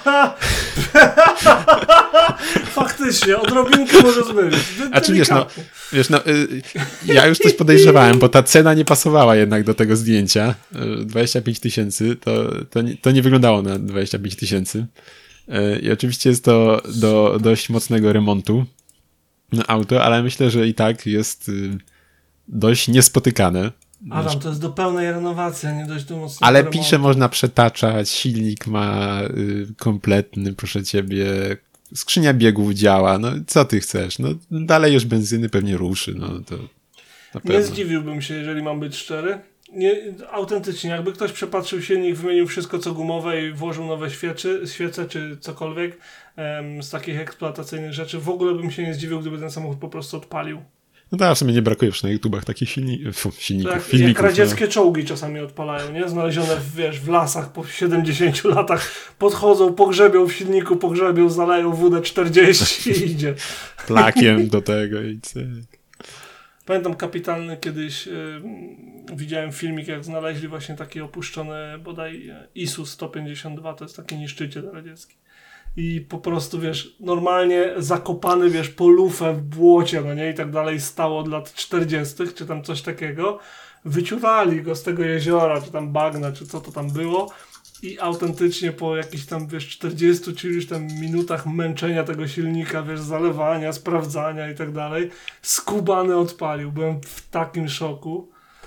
Faktycznie, odrobinkę może zmylić. A czy wiesz, no, wiesz, no y, ja już coś podejrzewałem, bo ta cena nie pasowała jednak do tego zdjęcia. Y, dwadzieścia pięć tysięcy, to, to, nie, to nie wyglądało na dwadzieścia pięć tysięcy. I oczywiście jest to do dość mocnego remontu auto, ale myślę, że i tak jest dość niespotykane. Adam, to jest do pełnej renowacji, a nie dość do mocnego Ale remontu. pisze, można przetaczać, silnik ma y, kompletny, proszę ciebie, skrzynia biegów działa, no co ty chcesz? No dalej już benzyny pewnie ruszy, no to na pewno. Nie zdziwiłbym się, jeżeli mam być szczery. Nie, autentycznie, jakby ktoś przepatrzył silnik, wymienił wszystko co gumowe i włożył nowe świeczy, świece czy cokolwiek em, z takich eksploatacyjnych rzeczy, w ogóle bym się nie zdziwił, gdyby ten samochód po prostu odpalił. No tak, w sumie nie brakuje już na YouTubach takich silni- f, silników, Tak, filmików. jak radzieckie no. czołgi czasami odpalają, nie? Znalezione w, wiesz, w lasach po siedemdziesięciu latach, podchodzą, pogrzebią w silniku, pogrzebią, zaleją W D czterdzieści i idzie. Plakiem do tego i cyk. Pamiętam kapitalny kiedyś y, widziałem filmik, jak znaleźli właśnie taki opuszczony bodaj I S U sto pięćdziesiąt dwa, to jest taki niszczyciel radziecki. I po prostu, wiesz, normalnie zakopany, wiesz, po lufę w błocie, no nie, i tak dalej stało od lat czterdziestych, czy tam coś takiego. Wyciurali go z tego jeziora, czy tam bagna, czy co to tam było. I autentycznie po jakichś tam, wiesz, czterdziestu czy już tam minutach męczenia tego silnika, wiesz, zalewania, sprawdzania i tak dalej, skubany odpalił. Byłem w takim szoku.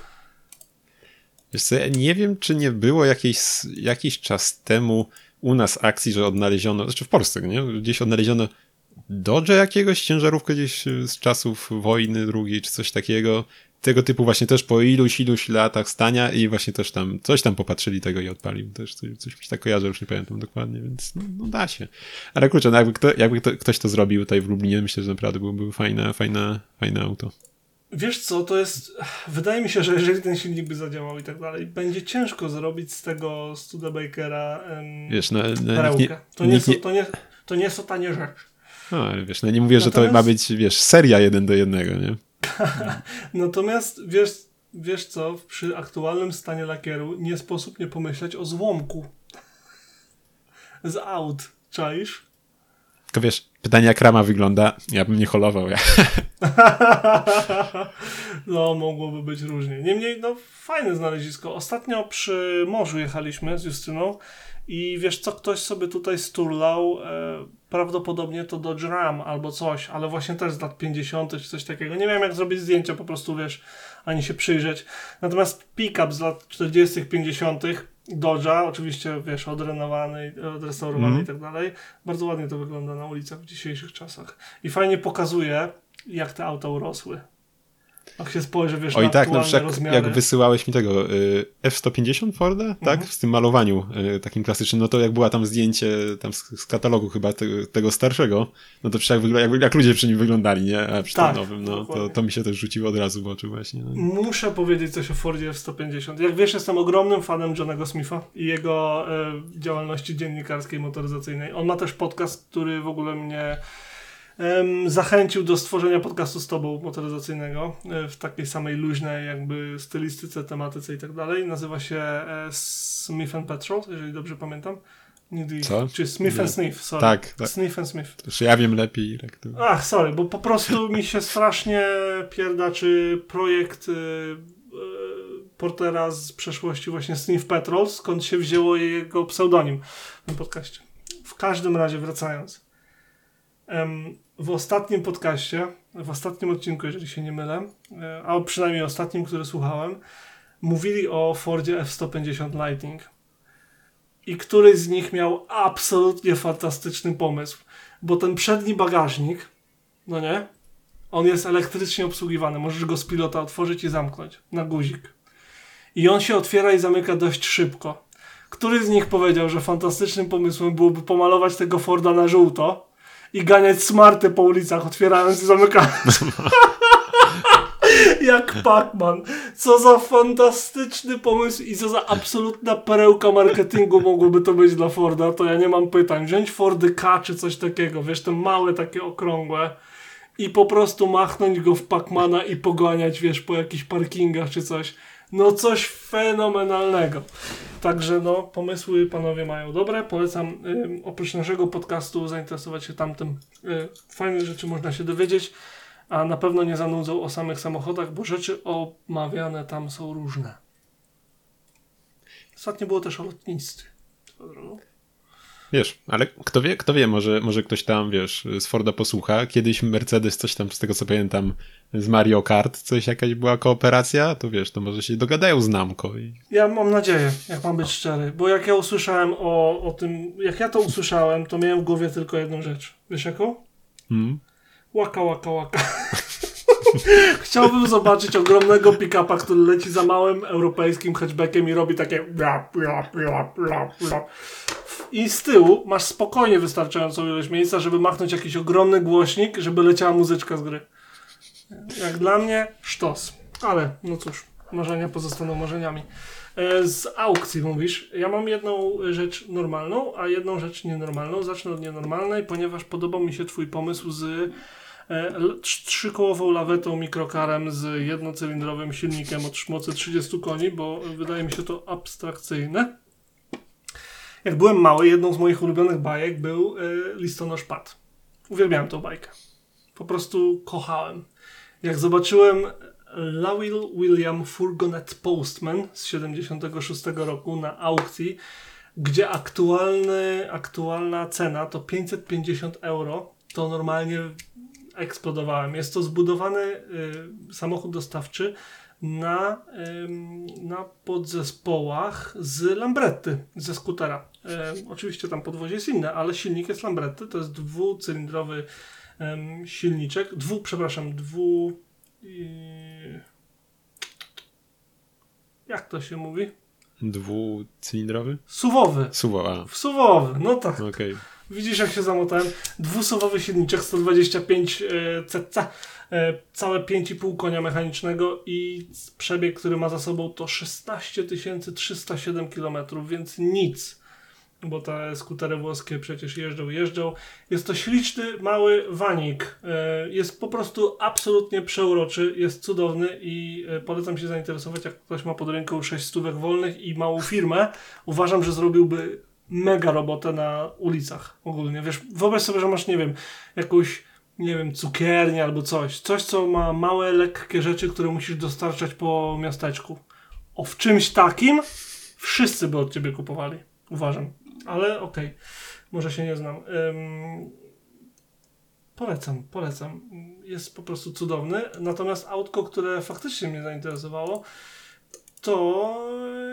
Wiesz co, ja nie wiem, czy nie było jakiś, jakiś czas temu u nas akcji, że odnaleziono, znaczy w Polsce, nie? Gdzieś odnaleziono Dodge jakiegoś, ciężarówkę gdzieś z czasów wojny drugiej, czy coś takiego. Tego typu właśnie też po iluś, iluś latach stania i właśnie też tam, coś tam popatrzyli tego i odpalił. Też coś, coś mi się tak kojarzy, już nie pamiętam dokładnie, więc no, no da się. Ale kurczę, no jakby, kto, jakby kto, ktoś to zrobił tutaj w Lublinie, myślę, że naprawdę byłoby fajne, fajne, fajne auto. Wiesz co, to jest, wydaje mi się, że jeżeli ten silnik by zadziałał i tak dalej, będzie ciężko zrobić z tego Studebakera um, wiesz, no, no, perełkę. nie, to, nie nie, są, to, nie, to nie są tanie rzeczy. No, ale wiesz, no nie mówię, Natomiast... że to ma być, wiesz, seria jeden do jednego, nie? Natomiast wiesz, wiesz co, przy aktualnym stanie lakieru nie sposób nie pomyśleć o złomku z aut, czaisz? Tylko wiesz, pytanie jak rama wygląda, ja bym nie holował. Ja. No, mogłoby być różnie. Niemniej, no, fajne znalezisko. Ostatnio przy morzu jechaliśmy z Justyną i wiesz co, ktoś sobie tutaj sturlał, e, prawdopodobnie to Dodge Ram albo coś, ale właśnie też z lat pięćdziesiątych czy coś takiego. Nie miałem jak zrobić zdjęcia, po prostu wiesz, ani się przyjrzeć. Natomiast pick-up z lat czterdziestych, pięćdziesiątych Dodge'a, oczywiście wiesz, odrenowany, odrestaurowany mm. i tak dalej. Bardzo ładnie to wygląda na ulicach w dzisiejszych czasach. I fajnie pokazuje, jak te auta urosły. Jak się spojrzy, wiesz, Oj, na tak, na aktualne przykład rozmiary. jak wysyłałeś mi tego y, F sto pięćdziesiąt Forda, mhm. tak? Z tym malowaniu y, takim klasycznym, no to jak była tam zdjęcie tam z, z katalogu chyba te, tego starszego, no to przecież jak, jak, jak ludzie przy nim wyglądali, nie? A przy tak, tym nowym, no to, to mi się też rzuciło od razu w oczy właśnie. No. Muszę powiedzieć coś o Fordzie F sto pięćdziesiąt. Jak wiesz, jestem ogromnym fanem Johnego Smitha i jego y, działalności dziennikarskiej, motoryzacyjnej. On ma też podcast, który w ogóle mnie Um, zachęcił do stworzenia podcastu z tobą motoryzacyjnego w takiej samej luźnej jakby stylistyce, tematyce i tak dalej. Nazywa się e, Smith and Petrol, jeżeli dobrze pamiętam. Nigdy ich, Co? czy Smith Nie. and Sniff, sorry. Tak, tak. Smith and Smith. Już ja wiem lepiej. Tak to... Ach, sorry, bo po prostu mi się strasznie pierdaczy projekt y, y, Portera z przeszłości właśnie Sniff Petrol, skąd się wzięło jego pseudonim w tym podcaście. W każdym razie wracając. Um, w ostatnim podcaście, w ostatnim odcinku, jeżeli się nie mylę, a przynajmniej ostatnim, który słuchałem, mówili o Fordzie F sto pięćdziesiąt Lightning. I któryś z nich miał absolutnie fantastyczny pomysł, bo ten przedni bagażnik, no nie, on jest elektrycznie obsługiwany. Możesz go z pilota otworzyć i zamknąć na guzik. I on się otwiera i zamyka dość szybko. Który z nich powiedział, że fantastycznym pomysłem byłoby pomalować tego Forda na żółto i ganiać smarty po ulicach, otwierając i zamykając. Jak Pac-Man. Co za fantastyczny pomysł i co za absolutna perełka marketingu mogłoby to być dla Forda, to ja nie mam pytań. Wziąć Fordy K czy coś takiego, wiesz, te małe, takie okrągłe i po prostu machnąć go w Pac-Mana i poganiać, wiesz, po jakichś parkingach czy coś. No coś fenomenalnego. Także no, pomysły panowie mają dobre. Polecam y, oprócz naszego podcastu zainteresować się tamtym. Y, fajne rzeczy można się dowiedzieć, a na pewno nie zanudzą o samych samochodach, bo rzeczy omawiane tam są różne. Ostatnio było też o lotnictwie. Wiesz, ale kto wie, kto wie, może, może ktoś tam, wiesz, z Forda posłucha. Kiedyś Mercedes coś tam, z tego co pamiętam, z Mario Kart, coś jakaś była kooperacja, to wiesz, to może się dogadają z Namco. I... Ja mam nadzieję, jak mam być szczery, bo jak ja usłyszałem o, o tym, jak ja to usłyszałem, to miałem w głowie tylko jedną rzecz. Wiesz jaką? Hmm? Łaka, łaka, łaka. Chciałbym zobaczyć ogromnego pick-upa, który leci za małym europejskim hatchbackiem i robi takie bla, bla, bla, bla, bla. I z tyłu masz spokojnie wystarczającą ilość miejsca, żeby machnąć jakiś ogromny głośnik, żeby leciała muzyczka z gry. Jak dla mnie sztos. Ale no cóż, marzenia pozostaną marzeniami. Z aukcji mówisz, ja mam jedną rzecz normalną, a jedną rzecz nienormalną. Zacznę od nienormalnej, ponieważ podobał mi się twój pomysł z trzykołową lawetą mikrokarem z jednocylindrowym silnikiem o mocy trzydziestu koni, bo wydaje mi się to abstrakcyjne. Jak byłem mały, jedną z moich ulubionych bajek był y, Listonosz Pat. Uwielbiałem tą bajkę. Po prostu kochałem. Jak zobaczyłem Lowell William Furgonet Postman z siedemdziesiątego szóstego roku na aukcji, gdzie aktualny, aktualna cena to pięćset pięćdziesiąt euro, to normalnie eksplodowałem. Jest to zbudowany y, samochód dostawczy na, y, na podzespołach z Lambretty, ze skutera. Y, oczywiście tam podwozie jest inne, ale silnik jest Lambretty, to jest dwucylindrowy y, silniczek, dwu, przepraszam, dwu... Y, jak to się mówi? Dwucylindrowy? Suwowy. Suwowy. Suwowy, no tak. Okej. Okay. Widzisz, jak się zamotałem. Dwusuwowy silniczek sto dwadzieścia pięć C C, e, całe pięć i pół konia mechanicznego i przebieg, który ma za sobą to szesnaście tysięcy trzysta siedem kilometrów, więc nic, bo te skutery włoskie przecież jeżdżą, jeżdżą. Jest to śliczny, mały wanik. E, jest po prostu absolutnie przeuroczy, jest cudowny i e, polecam się zainteresować, jak ktoś ma pod ręką sześć stówek wolnych i małą firmę. Uważam, że zrobiłby mega robotę na ulicach ogólnie. Wiesz, wyobraź sobie, że masz, nie wiem, jakąś, nie wiem, cukiernię albo coś. Coś, co ma małe, lekkie rzeczy, które musisz dostarczać po miasteczku. O, w czymś takim wszyscy by od ciebie kupowali. Uważam. Ale okej. Okay. Może się nie znam. Ym... Polecam, polecam. Jest po prostu cudowny. Natomiast autko, które faktycznie mnie zainteresowało, to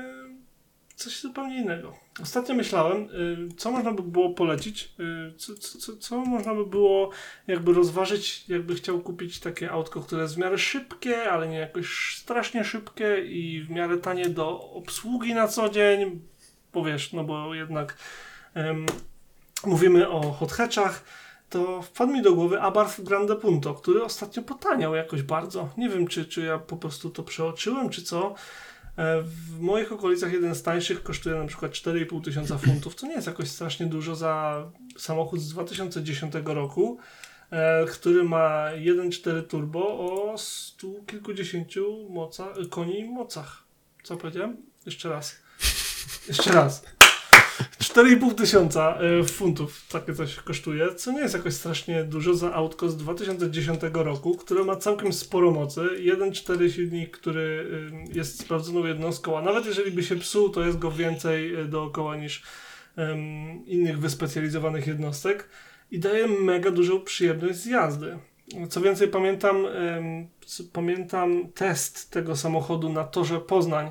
coś zupełnie innego. Ostatnio myślałem, co można by było polecić, co, co, co można by było jakby rozważyć, jakby chciał kupić takie autko, które jest w miarę szybkie, ale nie jakoś strasznie szybkie i w miarę tanie do obsługi na co dzień, bo wiesz, no bo jednak um, mówimy o hot hatchach, to wpadł mi do głowy Abarth Grande Punto, który ostatnio potaniał jakoś bardzo. Nie wiem, czy, czy ja po prostu to przeoczyłem, czy co. W moich okolicach jeden z tańszych kosztuje na przykład cztery i pół tysiąca funtów, co nie jest jakoś strasznie dużo za samochód z dwa tysiące dziesiątego roku, e, który ma jeden przecinek cztery turbo o stu kilkudziesięciu moca, koni i mocach. Co powiedziałem? Jeszcze raz. Jeszcze raz. cztery i pół tysiąca y, funtów takie coś kosztuje, co nie jest jakoś strasznie dużo za autko z dwa tysiące dziesiątego roku, które ma całkiem sporo mocy. jeden przecinek cztery silnik, który y, jest sprawdzoną jednostką, a nawet jeżeli by się psuł, to jest go więcej y, dookoła niż y, innych wyspecjalizowanych jednostek i daje mega dużą przyjemność z jazdy. Co więcej, pamiętam, y, pamiętam test tego samochodu na torze Poznań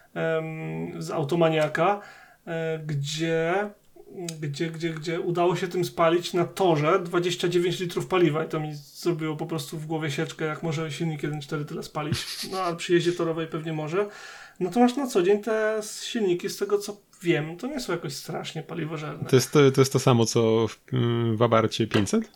y, z Automaniaka, Gdzie, gdzie, gdzie, gdzie udało się tym spalić na torze dwadzieścia dziewięć litrów paliwa i to mi zrobiło po prostu w głowie sieczkę, jak może silnik jeden przecinek cztery tyle spalić. No ale przy jeździe torowej pewnie może. Natomiast na co dzień te silniki, z tego co wiem, to nie są jakoś strasznie paliwożerne. To jest to, to, jest to samo co w, w Abarcie pięćset?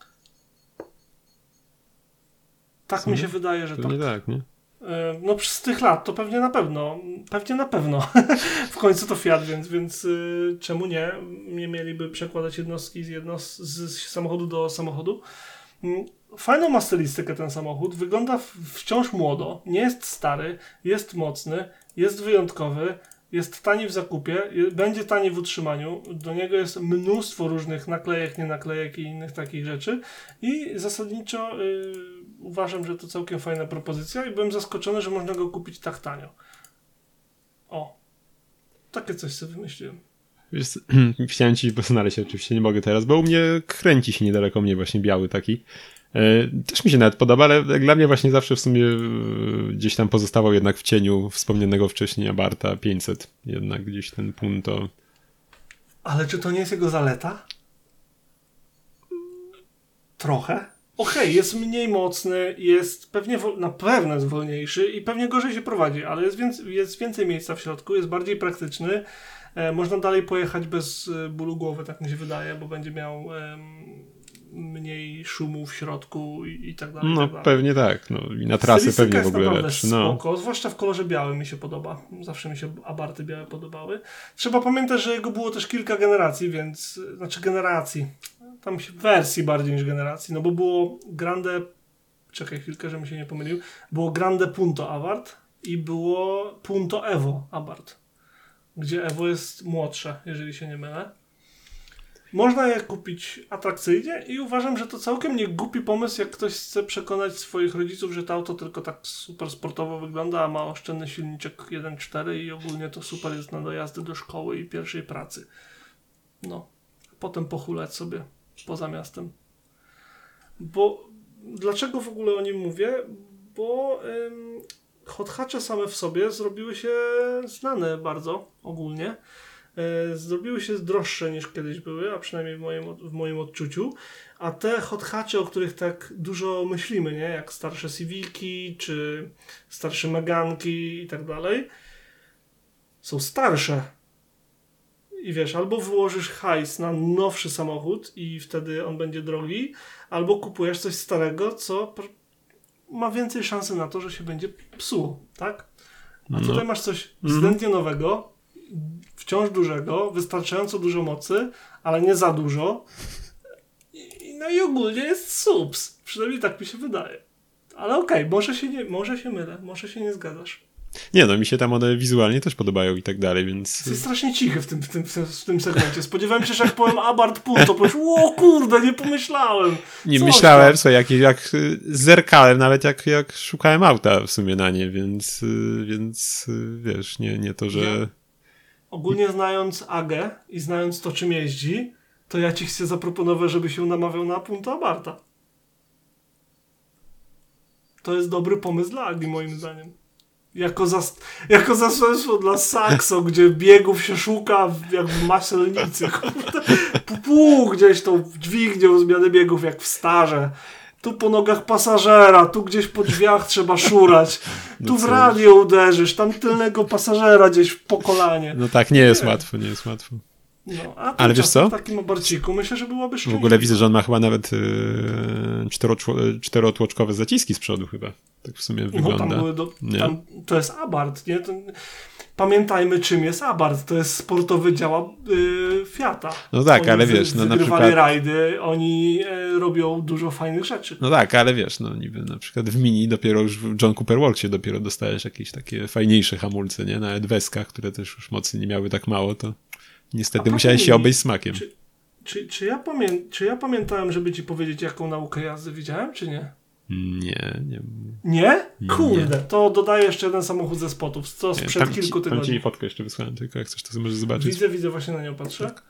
Tak Co? mi się wydaje, że to tak. Nie tak, nie? No z tych lat to pewnie na pewno, pewnie na pewno. W końcu to Fiat, więc, więc y, czemu nie? Nie mieliby przekładać jednostki z, jednost- z samochodu do samochodu. Fajną ma stylistykę ten samochód, wygląda w, wciąż młodo, nie jest stary, jest mocny, jest wyjątkowy, jest tani w zakupie, będzie tani w utrzymaniu, do niego jest mnóstwo różnych naklejek, nienaklejek i innych takich rzeczy i zasadniczo y, uważam, że to całkiem fajna propozycja i byłem zaskoczony, że można go kupić tak tanio. O, takie coś sobie wymyśliłem. Wiesz, chciałem ci znaleźć, oczywiście nie mogę teraz, bo u mnie kręci się niedaleko mnie właśnie biały taki. Też mi się nawet podoba, ale dla mnie właśnie zawsze w sumie gdzieś tam pozostawał jednak w cieniu wspomnianego wcześniej Abartha pięćset. Jednak gdzieś ten Punto. Ale czy to nie jest jego zaleta? Trochę. Okej, okay, jest mniej mocny, jest pewnie, na pewno jest wolniejszy i pewnie gorzej się prowadzi, ale jest, więcej, jest więcej miejsca w środku, jest bardziej praktyczny. E, można dalej pojechać bez bólu głowy, tak mi się wydaje, bo będzie miał e, mniej szumu w środku i, i tak dalej. No tak dalej. Pewnie tak, no i na trasy Stylistyka pewnie w ogóle jest lepszy. Spoko, no. zwłaszcza w kolorze białym mi się podoba. Zawsze mi się Abarthy białe podobały. Trzeba pamiętać, że jego było też kilka generacji, więc, znaczy generacji, tam się wersji bardziej niż generacji, no bo było Grande, czekaj chwilkę, żebym się nie pomylił, było Grande Punto Abarth i było Punto Evo Abarth, gdzie Evo jest młodsze, jeżeli się nie mylę. Można je kupić atrakcyjnie i uważam, że to całkiem nie głupi pomysł, jak ktoś chce przekonać swoich rodziców, że to auto tylko tak super sportowo wygląda, a ma oszczędny silniczek jeden cztery i ogólnie to super jest na dojazdy do szkoły i pierwszej pracy. No, potem pochulać sobie poza miastem. Bo dlaczego w ogóle o nim mówię? Bo ym, hot hatche same w sobie zrobiły się znane bardzo ogólnie. Yy, zrobiły się droższe niż kiedyś były, a przynajmniej w moim, w moim odczuciu. A te hot hatche, o których tak dużo myślimy, nie? Jak starsze Civiki, czy starsze Meganki i tak dalej, są starsze. I wiesz, albo wyłożysz hajs na nowszy samochód i wtedy on będzie drogi, albo kupujesz coś starego, co ma więcej szansy na to, że się będzie psuło, tak? A tutaj no. masz coś względnie mm. nowego, wciąż dużego, wystarczająco dużo mocy, ale nie za dużo. I, no i ogólnie jest subs. Przynajmniej tak mi się wydaje. Ale okej, okay, może się nie, może się mylę, może się nie zgadzasz. Nie no, mi się tam one wizualnie też podobają i tak dalej, więc... Jesteś strasznie cichy w tym, w tym, w tym, w tym segmencie. Spodziewałem się, że jak powiem Abarth Punto, to powiesz, o kurde, nie pomyślałem. Nie Coś myślałem, co jak, jak zerkałem, nawet jak, jak szukałem auta w sumie na nie, więc, więc wiesz, nie, nie to, że... Ja, ogólnie znając Agę i znając to, czym jeździ, to ja ci chcę zaproponować, żeby się namawiał na Punto Abartha. To jest dobry pomysł dla Agi, moim zdaniem. Jako, zas- jako zastępstwo dla Saxo, gdzie biegów się szuka w, jak w maselnicy. Pupu, gdzieś tą dźwignię o zmianę biegów jak w starze. Tu po nogach pasażera, tu gdzieś po drzwiach trzeba szurać. Tu no w radio uderzysz, tam tylnego pasażera gdzieś po kolanie. No tak, nie jest nie. łatwo, nie jest łatwo. No, a ale wiesz co? W takim Abarciku myślę, że byłaby szczęśliwa. W ogóle widzę, że on ma chyba nawet yy, czteroczło- czterotłoczkowe zaciski z przodu chyba. Tak w sumie wygląda. No, tam były do, tam, to jest Abarth, nie? To, pamiętajmy, czym jest Abarth. To jest sportowy dział yy, Fiata. No tak, oni ale wiesz, no na przykład... rajdy, rajdy, oni yy, robią dużo fajnych rzeczy. No tak, ale wiesz, no niby na przykład w Mini dopiero już w John Cooper Worksie dopiero dostajesz jakieś takie fajniejsze hamulce, nie? Nawet w Eskach, które też już mocy nie miały tak mało, to niestety musiałeś się obejść smakiem. Czy, czy, czy, ja pamię- czy ja pamiętałem, żeby ci powiedzieć, jaką naukę jazdy widziałem, czy nie? Nie, nie. Nie? Kurde, nie. To dodaję jeszcze jeden samochód ze spotów, co sprzed tam kilku ci, tygodni. Tam ci fotkę jeszcze wysłałem, tylko jak chcesz, to możesz zobaczyć. Widzę, widzę, właśnie na nią patrzę. Tak.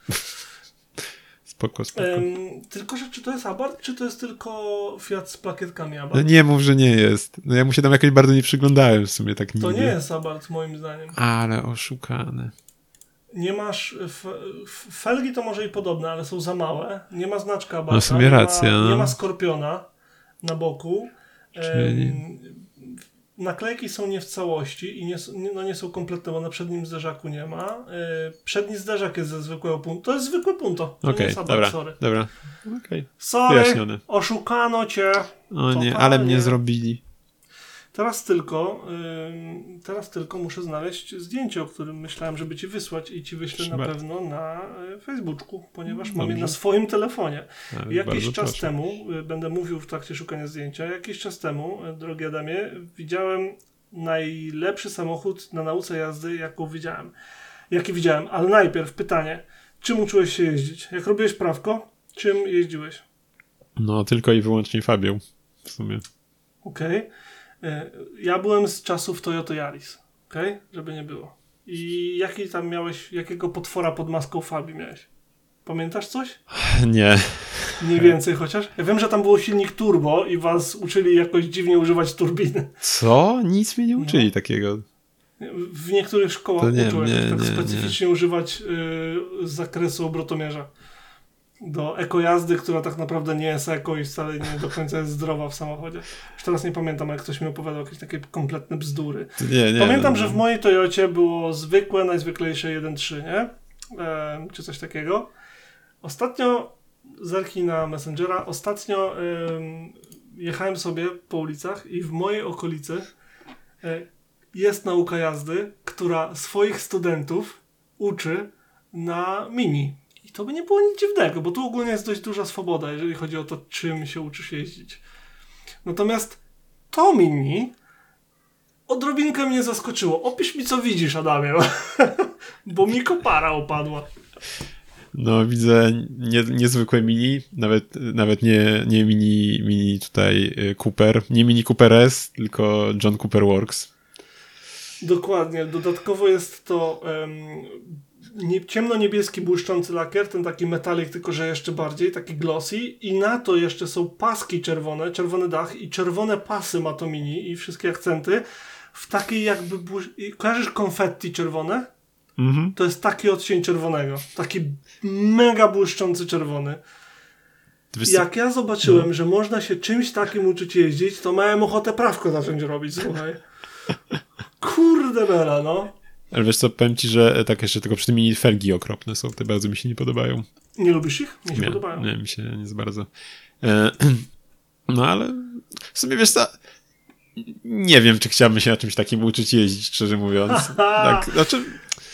Spoko, spoko. Um, tylko, że czy to jest Abarth, czy to jest tylko Fiat z plakietkami Abarth? No nie mów, że nie jest. No ja mu się tam jakoś bardzo nie przyglądałem w sumie tak To nigdy. nie jest Abarth, moim zdaniem. Ale oszukane. Nie masz... F- f- felgi to może i podobne, ale są za małe. Nie ma znaczka Abartha. No w sumie racja. Nie ma, no. nie ma skorpiona na boku. Czyli... Um, naklejki są nie w całości i nie, no nie są kompletne, bo na przednim zderzaku nie ma. Yy, przedni zderzak jest ze zwykłego puntu. To jest zwykłe punto. Okej, okay, dobra, sorry. dobra. Okay. Sorry, wyjaśnione. Oszukano cię. O nie, ale mnie zrobili. Teraz tylko, yy, teraz tylko muszę znaleźć zdjęcie, o którym myślałem, żeby ci wysłać i ci wyślę Trzeba. na pewno na y, Facebooku, ponieważ Dobrze. mam je na swoim telefonie. Ale jakiś czas proszę. temu, y, będę mówił w trakcie szukania zdjęcia, jakiś czas temu, y, drogi Adamie, widziałem najlepszy samochód na nauce jazdy, jaką widziałem. Jaki widziałem, ale najpierw pytanie, czym uczyłeś się jeździć? Jak robiłeś prawko, czym jeździłeś? No, tylko i wyłącznie Fabią, w sumie. Okej. Okay. Ja byłem z czasów Toyota Yaris, okej? Okay? Żeby nie było. I jaki tam miałeś, jakiego potwora pod maską Fabii miałeś? Pamiętasz coś? Nie. Mniej więcej chociaż? Ja wiem, że tam było silnik turbo i was uczyli jakoś dziwnie używać turbiny. Co? Nic mnie nie uczyli no. takiego. W niektórych szkołach nie, uczą nie, jakoś tak nie, specyficznie nie. używać y, zakresu obrotomierza. Do ekojazdy, która tak naprawdę nie jest eko i wcale nie do końca jest zdrowa w samochodzie. Już teraz nie pamiętam, jak ktoś mi opowiadał jakieś takie kompletne bzdury. Nie, nie, pamiętam, no, no. że w mojej Toyocie było zwykłe, najzwyklejsze jeden trzy, nie? E, czy coś takiego. Ostatnio, zerknij na Messengera, ostatnio e, jechałem sobie po ulicach i w mojej okolicy e, jest nauka jazdy, która swoich studentów uczy na mini. I to by nie było nic dziwnego, bo tu ogólnie jest dość duża swoboda, jeżeli chodzi o to, czym się uczysz jeździć. Natomiast to mini odrobinkę mnie zaskoczyło. Opisz mi, co widzisz, Adamie, bo mi kopara opadła. No, widzę nie, niezwykłe mini, nawet, nawet nie, nie mini, mini tutaj Cooper, nie mini Cooper S, tylko John Cooper Works. Dokładnie. Dodatkowo jest to um, nie, ciemno-niebieski błyszczący lakier, ten taki metalik, tylko że jeszcze bardziej, taki glossy, i na to jeszcze są paski czerwone, czerwony dach i czerwone pasy ma to mini i wszystkie akcenty w takiej jakby błysz... Kojarzysz konfetti czerwone? Mhm. To jest taki odcień czerwonego. Taki mega błyszczący czerwony. Jak ja zobaczyłem, no. że można się czymś takim uczyć jeździć, to miałem ochotę prawko zacząć robić, słuchaj. Kurde bela, no. Ale wiesz co, powiem ci, że tak jeszcze tylko przy tym mini felgi okropne są, te bardzo mi się nie podobają. Nie lubisz ich? Mi się nie, podobają. Nie, mi się nie za bardzo. E, no ale w sumie wiesz co, nie wiem, czy chciałbym się na czymś takim uczyć jeździć, szczerze mówiąc. Tak, znaczy...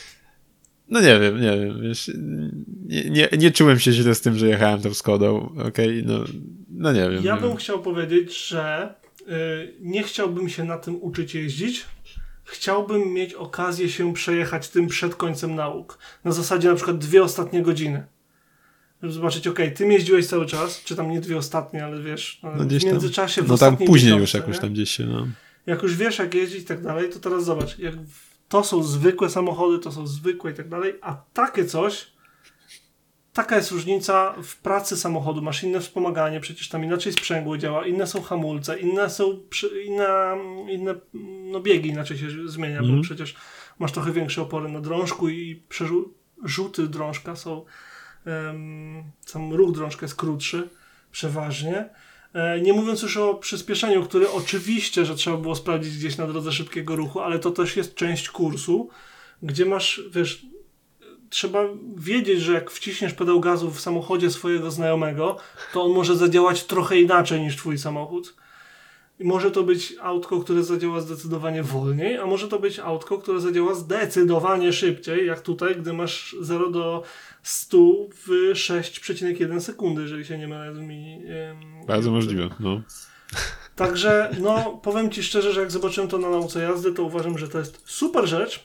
No nie wiem, nie wiem, wiesz, nie, nie, nie czułem się źle z tym, że jechałem tą Skodą, okej, okay? no, no nie wiem. Ja nie bym wiem. chciał powiedzieć, że y, nie chciałbym się na tym uczyć jeździć, chciałbym mieć okazję się przejechać tym przed końcem nauk. Na zasadzie na przykład dwie ostatnie godziny. Żeby zobaczyć, okej, okay, ty jeździłeś cały czas, czy tam nie dwie ostatnie, ale wiesz, no w międzyczasie... Tam, w no tam później miesiące, już jakoś nie? tam gdzieś się, no. Jak już wiesz, jak jeździć i tak dalej, to teraz zobacz, jak to są zwykłe samochody, to są zwykłe i tak dalej, a takie coś, taka jest różnica w pracy samochodu. Masz inne wspomaganie, przecież tam inaczej sprzęgło działa, inne są hamulce, inne są inne, inne no biegi inaczej się zmienia, mm. bo przecież masz trochę większe opory na drążku i przerzuty drążka są, um, sam ruch drążka jest krótszy, przeważnie. Nie mówiąc już o przyspieszeniu, które oczywiście, że trzeba było sprawdzić gdzieś na drodze szybkiego ruchu, ale to też jest część kursu, gdzie masz, wiesz, trzeba wiedzieć, że jak wciśniesz pedał gazu w samochodzie swojego znajomego, to on może zadziałać trochę inaczej niż twój samochód. I może to być autko, które zadziała zdecydowanie wolniej, a może to być autko, które zadziała zdecydowanie szybciej, jak tutaj, gdy masz zero do stu w sześć przecinek jeden sekundy, jeżeli się nie mylę z mini. Ym, Bardzo możliwe, no. Także, no, powiem ci szczerze, że jak zobaczyłem to na nauce jazdy, to uważam, że to jest super rzecz.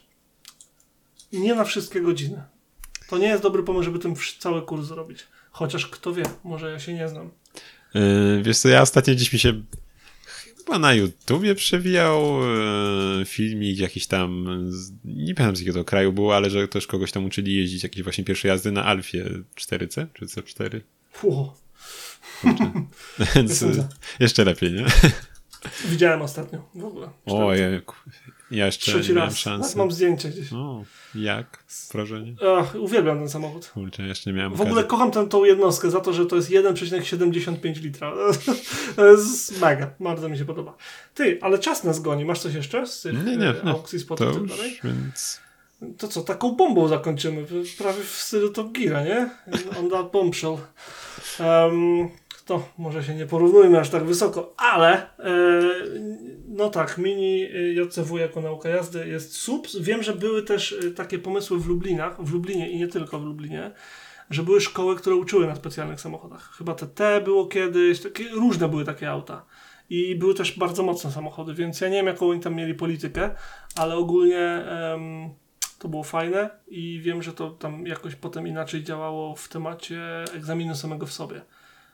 Nie na wszystkie godziny. To nie jest dobry pomysł, żeby ten cały kurs zrobić. Chociaż kto wie, może ja się nie znam. Yy, wiesz co, ja ostatnio gdzieś mi się chyba na YouTubie przewijał yy, filmik jakiś tam, z, nie pamiętam z jakiego to kraju było, ale że też kogoś tam uczyli jeździć jakieś właśnie pierwsze jazdy na Alfie cztery C czy C cztery. Ło. Więc jeszcze lepiej, nie? Widziałem ostatnio w ogóle. Ojej, ja jeszcze Trzeci nie miałem raz. szansy. Mam zdjęcie gdzieś. O, jak? Wrażenie? Ach, uwielbiam ten samochód. Kurczę, jeszcze nie miałem W ogóle okazji. kocham tę tą jednostkę za to, że to jest jeden przecinek siedemdziesiąt pięć litra. To jest mega. Bardzo mi się podoba. Ty, ale czas nas goni. Masz coś jeszcze z tych nie, nie, nie. aukcji spotów i tak już, dalej? Więc... To co, taką bombą zakończymy. Prawie w stylu Top Geara, nie? On that bombshell. Um, to może się nie porównujmy aż tak wysoko, ale yy, no tak, mini J C W jako nauka jazdy jest sub. Wiem, że były też takie pomysły w Lublinach, w Lublinie i nie tylko w Lublinie, że były szkoły, które uczyły na specjalnych samochodach. Chyba T T było kiedyś, takie, różne były takie auta. I były też bardzo mocne samochody, więc ja nie wiem, jaką oni tam mieli politykę, ale ogólnie um, to było fajne i wiem, że to tam jakoś potem inaczej działało w temacie egzaminu samego w sobie.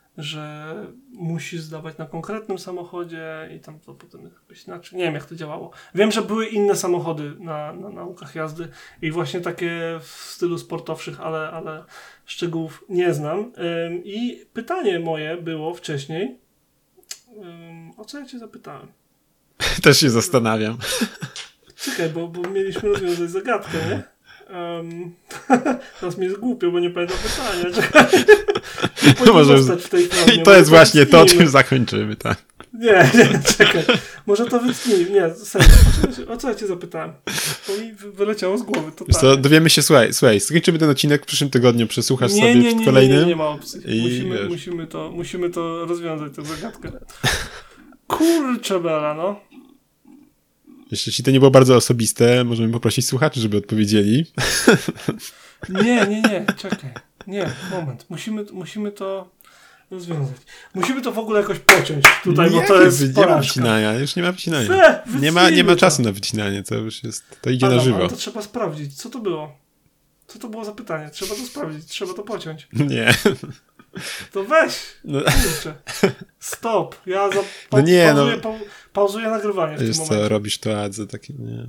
że musisz zdawać na konkretnym samochodzie i tam to potem jakoś inaczej. Nie wiem, jak to działało. Wiem, że były inne samochody na, na naukach jazdy i właśnie takie w stylu sportowszych, ale, ale szczegółów nie znam. Ym, I pytanie moje było wcześniej, ym, o co ja cię zapytałem? Też się zastanawiam. Czekaj, bo, bo mieliśmy rozwiązać zagadkę, nie? Um, teraz mi jest głupio, bo nie pamiętam pytania. Czekaj. Może w tej formie. I to jest właśnie to, czym zakończymy, tak. Nie, nie, czekaj. Może to wytnijmy. Nie, serio. O co ja cię zapytałem? Bo mi wyleciało z głowy. To co, dowiemy się, słuchaj, słuchaj, skończymy ten odcinek w przyszłym tygodniu, przesłuchasz nie, sobie nie, nie, w kolejnym. Nie, nie, nie ma opcji. I musimy, musimy, to, musimy to rozwiązać, tę zagadkę. Kurczę bela, no. Jeszcze jeśli to nie było bardzo osobiste, możemy poprosić słuchaczy, żeby odpowiedzieli. Nie, nie, nie, czekaj. Nie, moment. Musimy, musimy to rozwiązać. Musimy to w ogóle jakoś pociąć tutaj, nie, bo to jest Nie porażka. ma wycinania, już nie ma wycinania. Se, nie, ma, nie ma to. czasu na wycinanie, to już jest, to idzie Adam, na żywo. Ale to trzeba sprawdzić. Co to było? Co to było za pytanie? Trzeba to sprawdzić, trzeba to pociąć. Nie. To weź. No. Kurczę. Stop. Ja za, pa, no nie, pauzuję, no. pa, pauzuję nagrywanie w Wiesz tym co, momencie. robisz to adze takie, nie.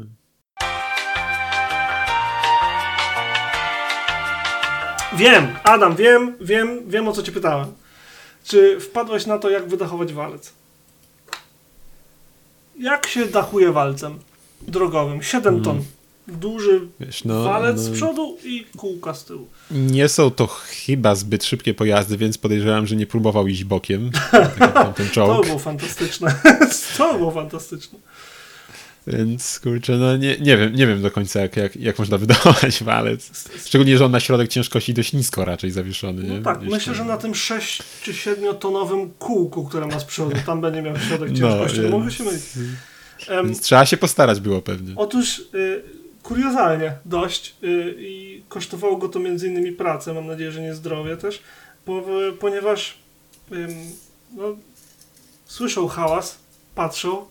Wiem, Adam, wiem, wiem, wiem o co cię pytałem. Czy wpadłeś na to, jak wydachować walec? Jak się dachuje walcem drogowym? siedem Hmm. ton. Duży Wiesz, no, walec no, z przodu i kółka z tyłu. Nie są to chyba zbyt szybkie pojazdy, więc podejrzewam, że nie próbował iść bokiem. Tak jak tamten czołg. To było fantastyczne. To było fantastyczne. Więc kurczę, no nie, nie wiem, nie wiem do końca jak, jak, jak można wydawać walec. Szczególnie, że on na środek ciężkości dość nisko raczej zawieszony. No nie? tak, Gdzieś myślę, tam. że na tym sześć czy siedem tonowym kółku, które ma z przodu, tam będzie miał środek No, ciężkości. No, więc, mogę się mylić. Um, więc trzeba się postarać było pewnie. Otóż y, kuriozalnie dość y, i kosztowało go to między innymi pracę, mam nadzieję, że nie zdrowie też, bo, ponieważ y, no, słyszą hałas, patrzą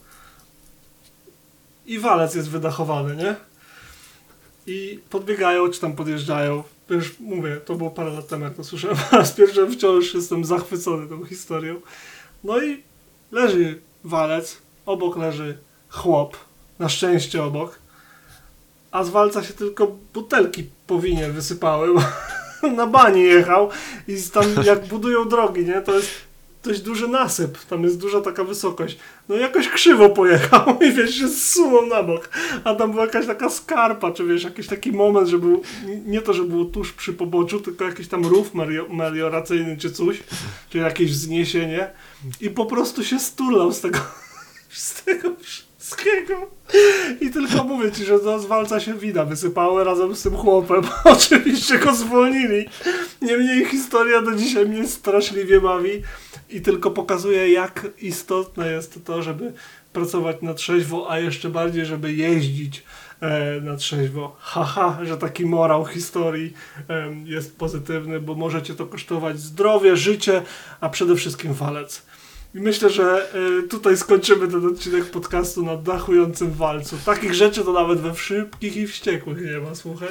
i walec jest wydachowany, nie? I podbiegają, czy tam podjeżdżają. Już mówię, to było parę lat temu, jak to słyszałem. Po raz pierwszy wciąż jestem zachwycony tą historią. No i leży walec, obok leży chłop, na szczęście obok, a z walca się tylko butelki po winie wysypały, bo na bani jechał i tam jak budują drogi, nie, to jest dość duży nasyp, tam jest duża taka wysokość. No jakoś krzywo pojechał i wiesz, się zsunął na bok. A tam była jakaś taka skarpa, czy wiesz, jakiś taki moment, że był, nie to, że było tuż przy poboczu, tylko jakiś tam rów melioracyjny czy coś, czy jakieś wzniesienie i po prostu się sturlał z tego, z tego wszystkiego. I tylko mówię ci, że z walca się wina wysypały razem z tym chłopem. Oczywiście go zwolnili. Niemniej historia do dzisiaj mnie straszliwie bawi i tylko pokazuje, jak istotne jest to, żeby pracować na trzeźwo, a jeszcze bardziej, żeby jeździć e, na trzeźwo. Haha, że taki morał historii e, jest pozytywny, bo możecie to kosztować zdrowie, życie, a przede wszystkim walec. I myślę, że y, tutaj skończymy ten odcinek podcastu na dachującym walcu. Takich rzeczy to nawet we Szybkich i Wściekłych nie ma, słuchaj.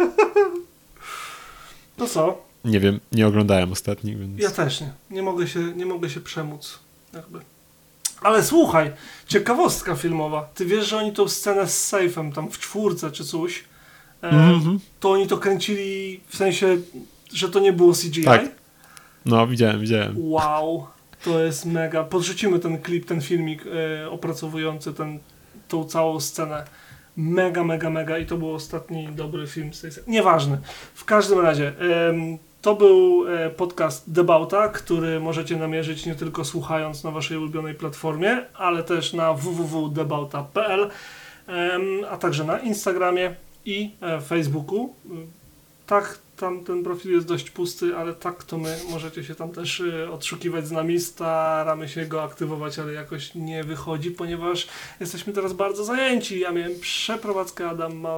To co? Nie wiem, nie oglądałem ostatnich, więc... Ja też nie. Nie mogę się, nie mogę się przemóc. Jakby. Ale słuchaj, ciekawostka filmowa. Ty wiesz, że oni tą scenę z sejfem tam w czwórce czy coś, e, mm-hmm. to oni to kręcili w sensie, że to nie było C G I? Tak. No, widziałem, widziałem. Wow. To jest mega. Podrzucimy ten klip, ten filmik e, opracowujący ten, tą całą scenę. Mega, mega, mega. I to był ostatni dobry film z tej sceny. Nieważne. W każdym razie e, to był e, podcast Debauta, który możecie namierzyć nie tylko słuchając na waszej ulubionej platformie, ale też na w w w kropka debauta kropka p l, e, a także na Instagramie i e, Facebooku. Tak, tam ten profil jest dość pusty, ale tak to my możecie się tam też y, odszukiwać z nami, staramy się go aktywować, ale jakoś nie wychodzi, ponieważ jesteśmy teraz bardzo zajęci. Ja miałem przeprowadzkę, Adam ma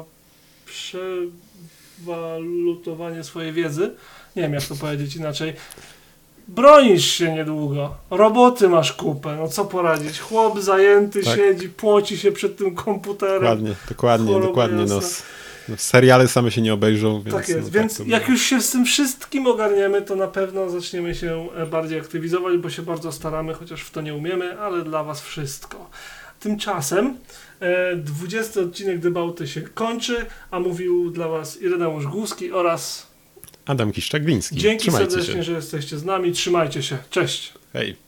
przewalutowanie swojej wiedzy. Nie wiem, jak to powiedzieć inaczej. Bronisz się niedługo, roboty masz kupę, no co poradzić. Chłop zajęty, tak. Siedzi, płoci się przed tym komputerem. Dokładnie, dokładnie, Choroba dokładnie. No, No, seriale same się nie obejrzą. Więc, tak jest, no, więc tak jak było. Już się z tym wszystkim ogarniemy, to na pewno zaczniemy się bardziej aktywizować, bo się bardzo staramy, chociaż w to nie umiemy, ale dla was wszystko. Tymczasem e, dwudziesty odcinek Debauty się kończy, a mówił dla was Ireneusz Głuski oraz Adam Kiszczak-Gliński. Dzięki Trzymajcie serdecznie, się. że jesteście z nami. Trzymajcie się. Cześć. Hej.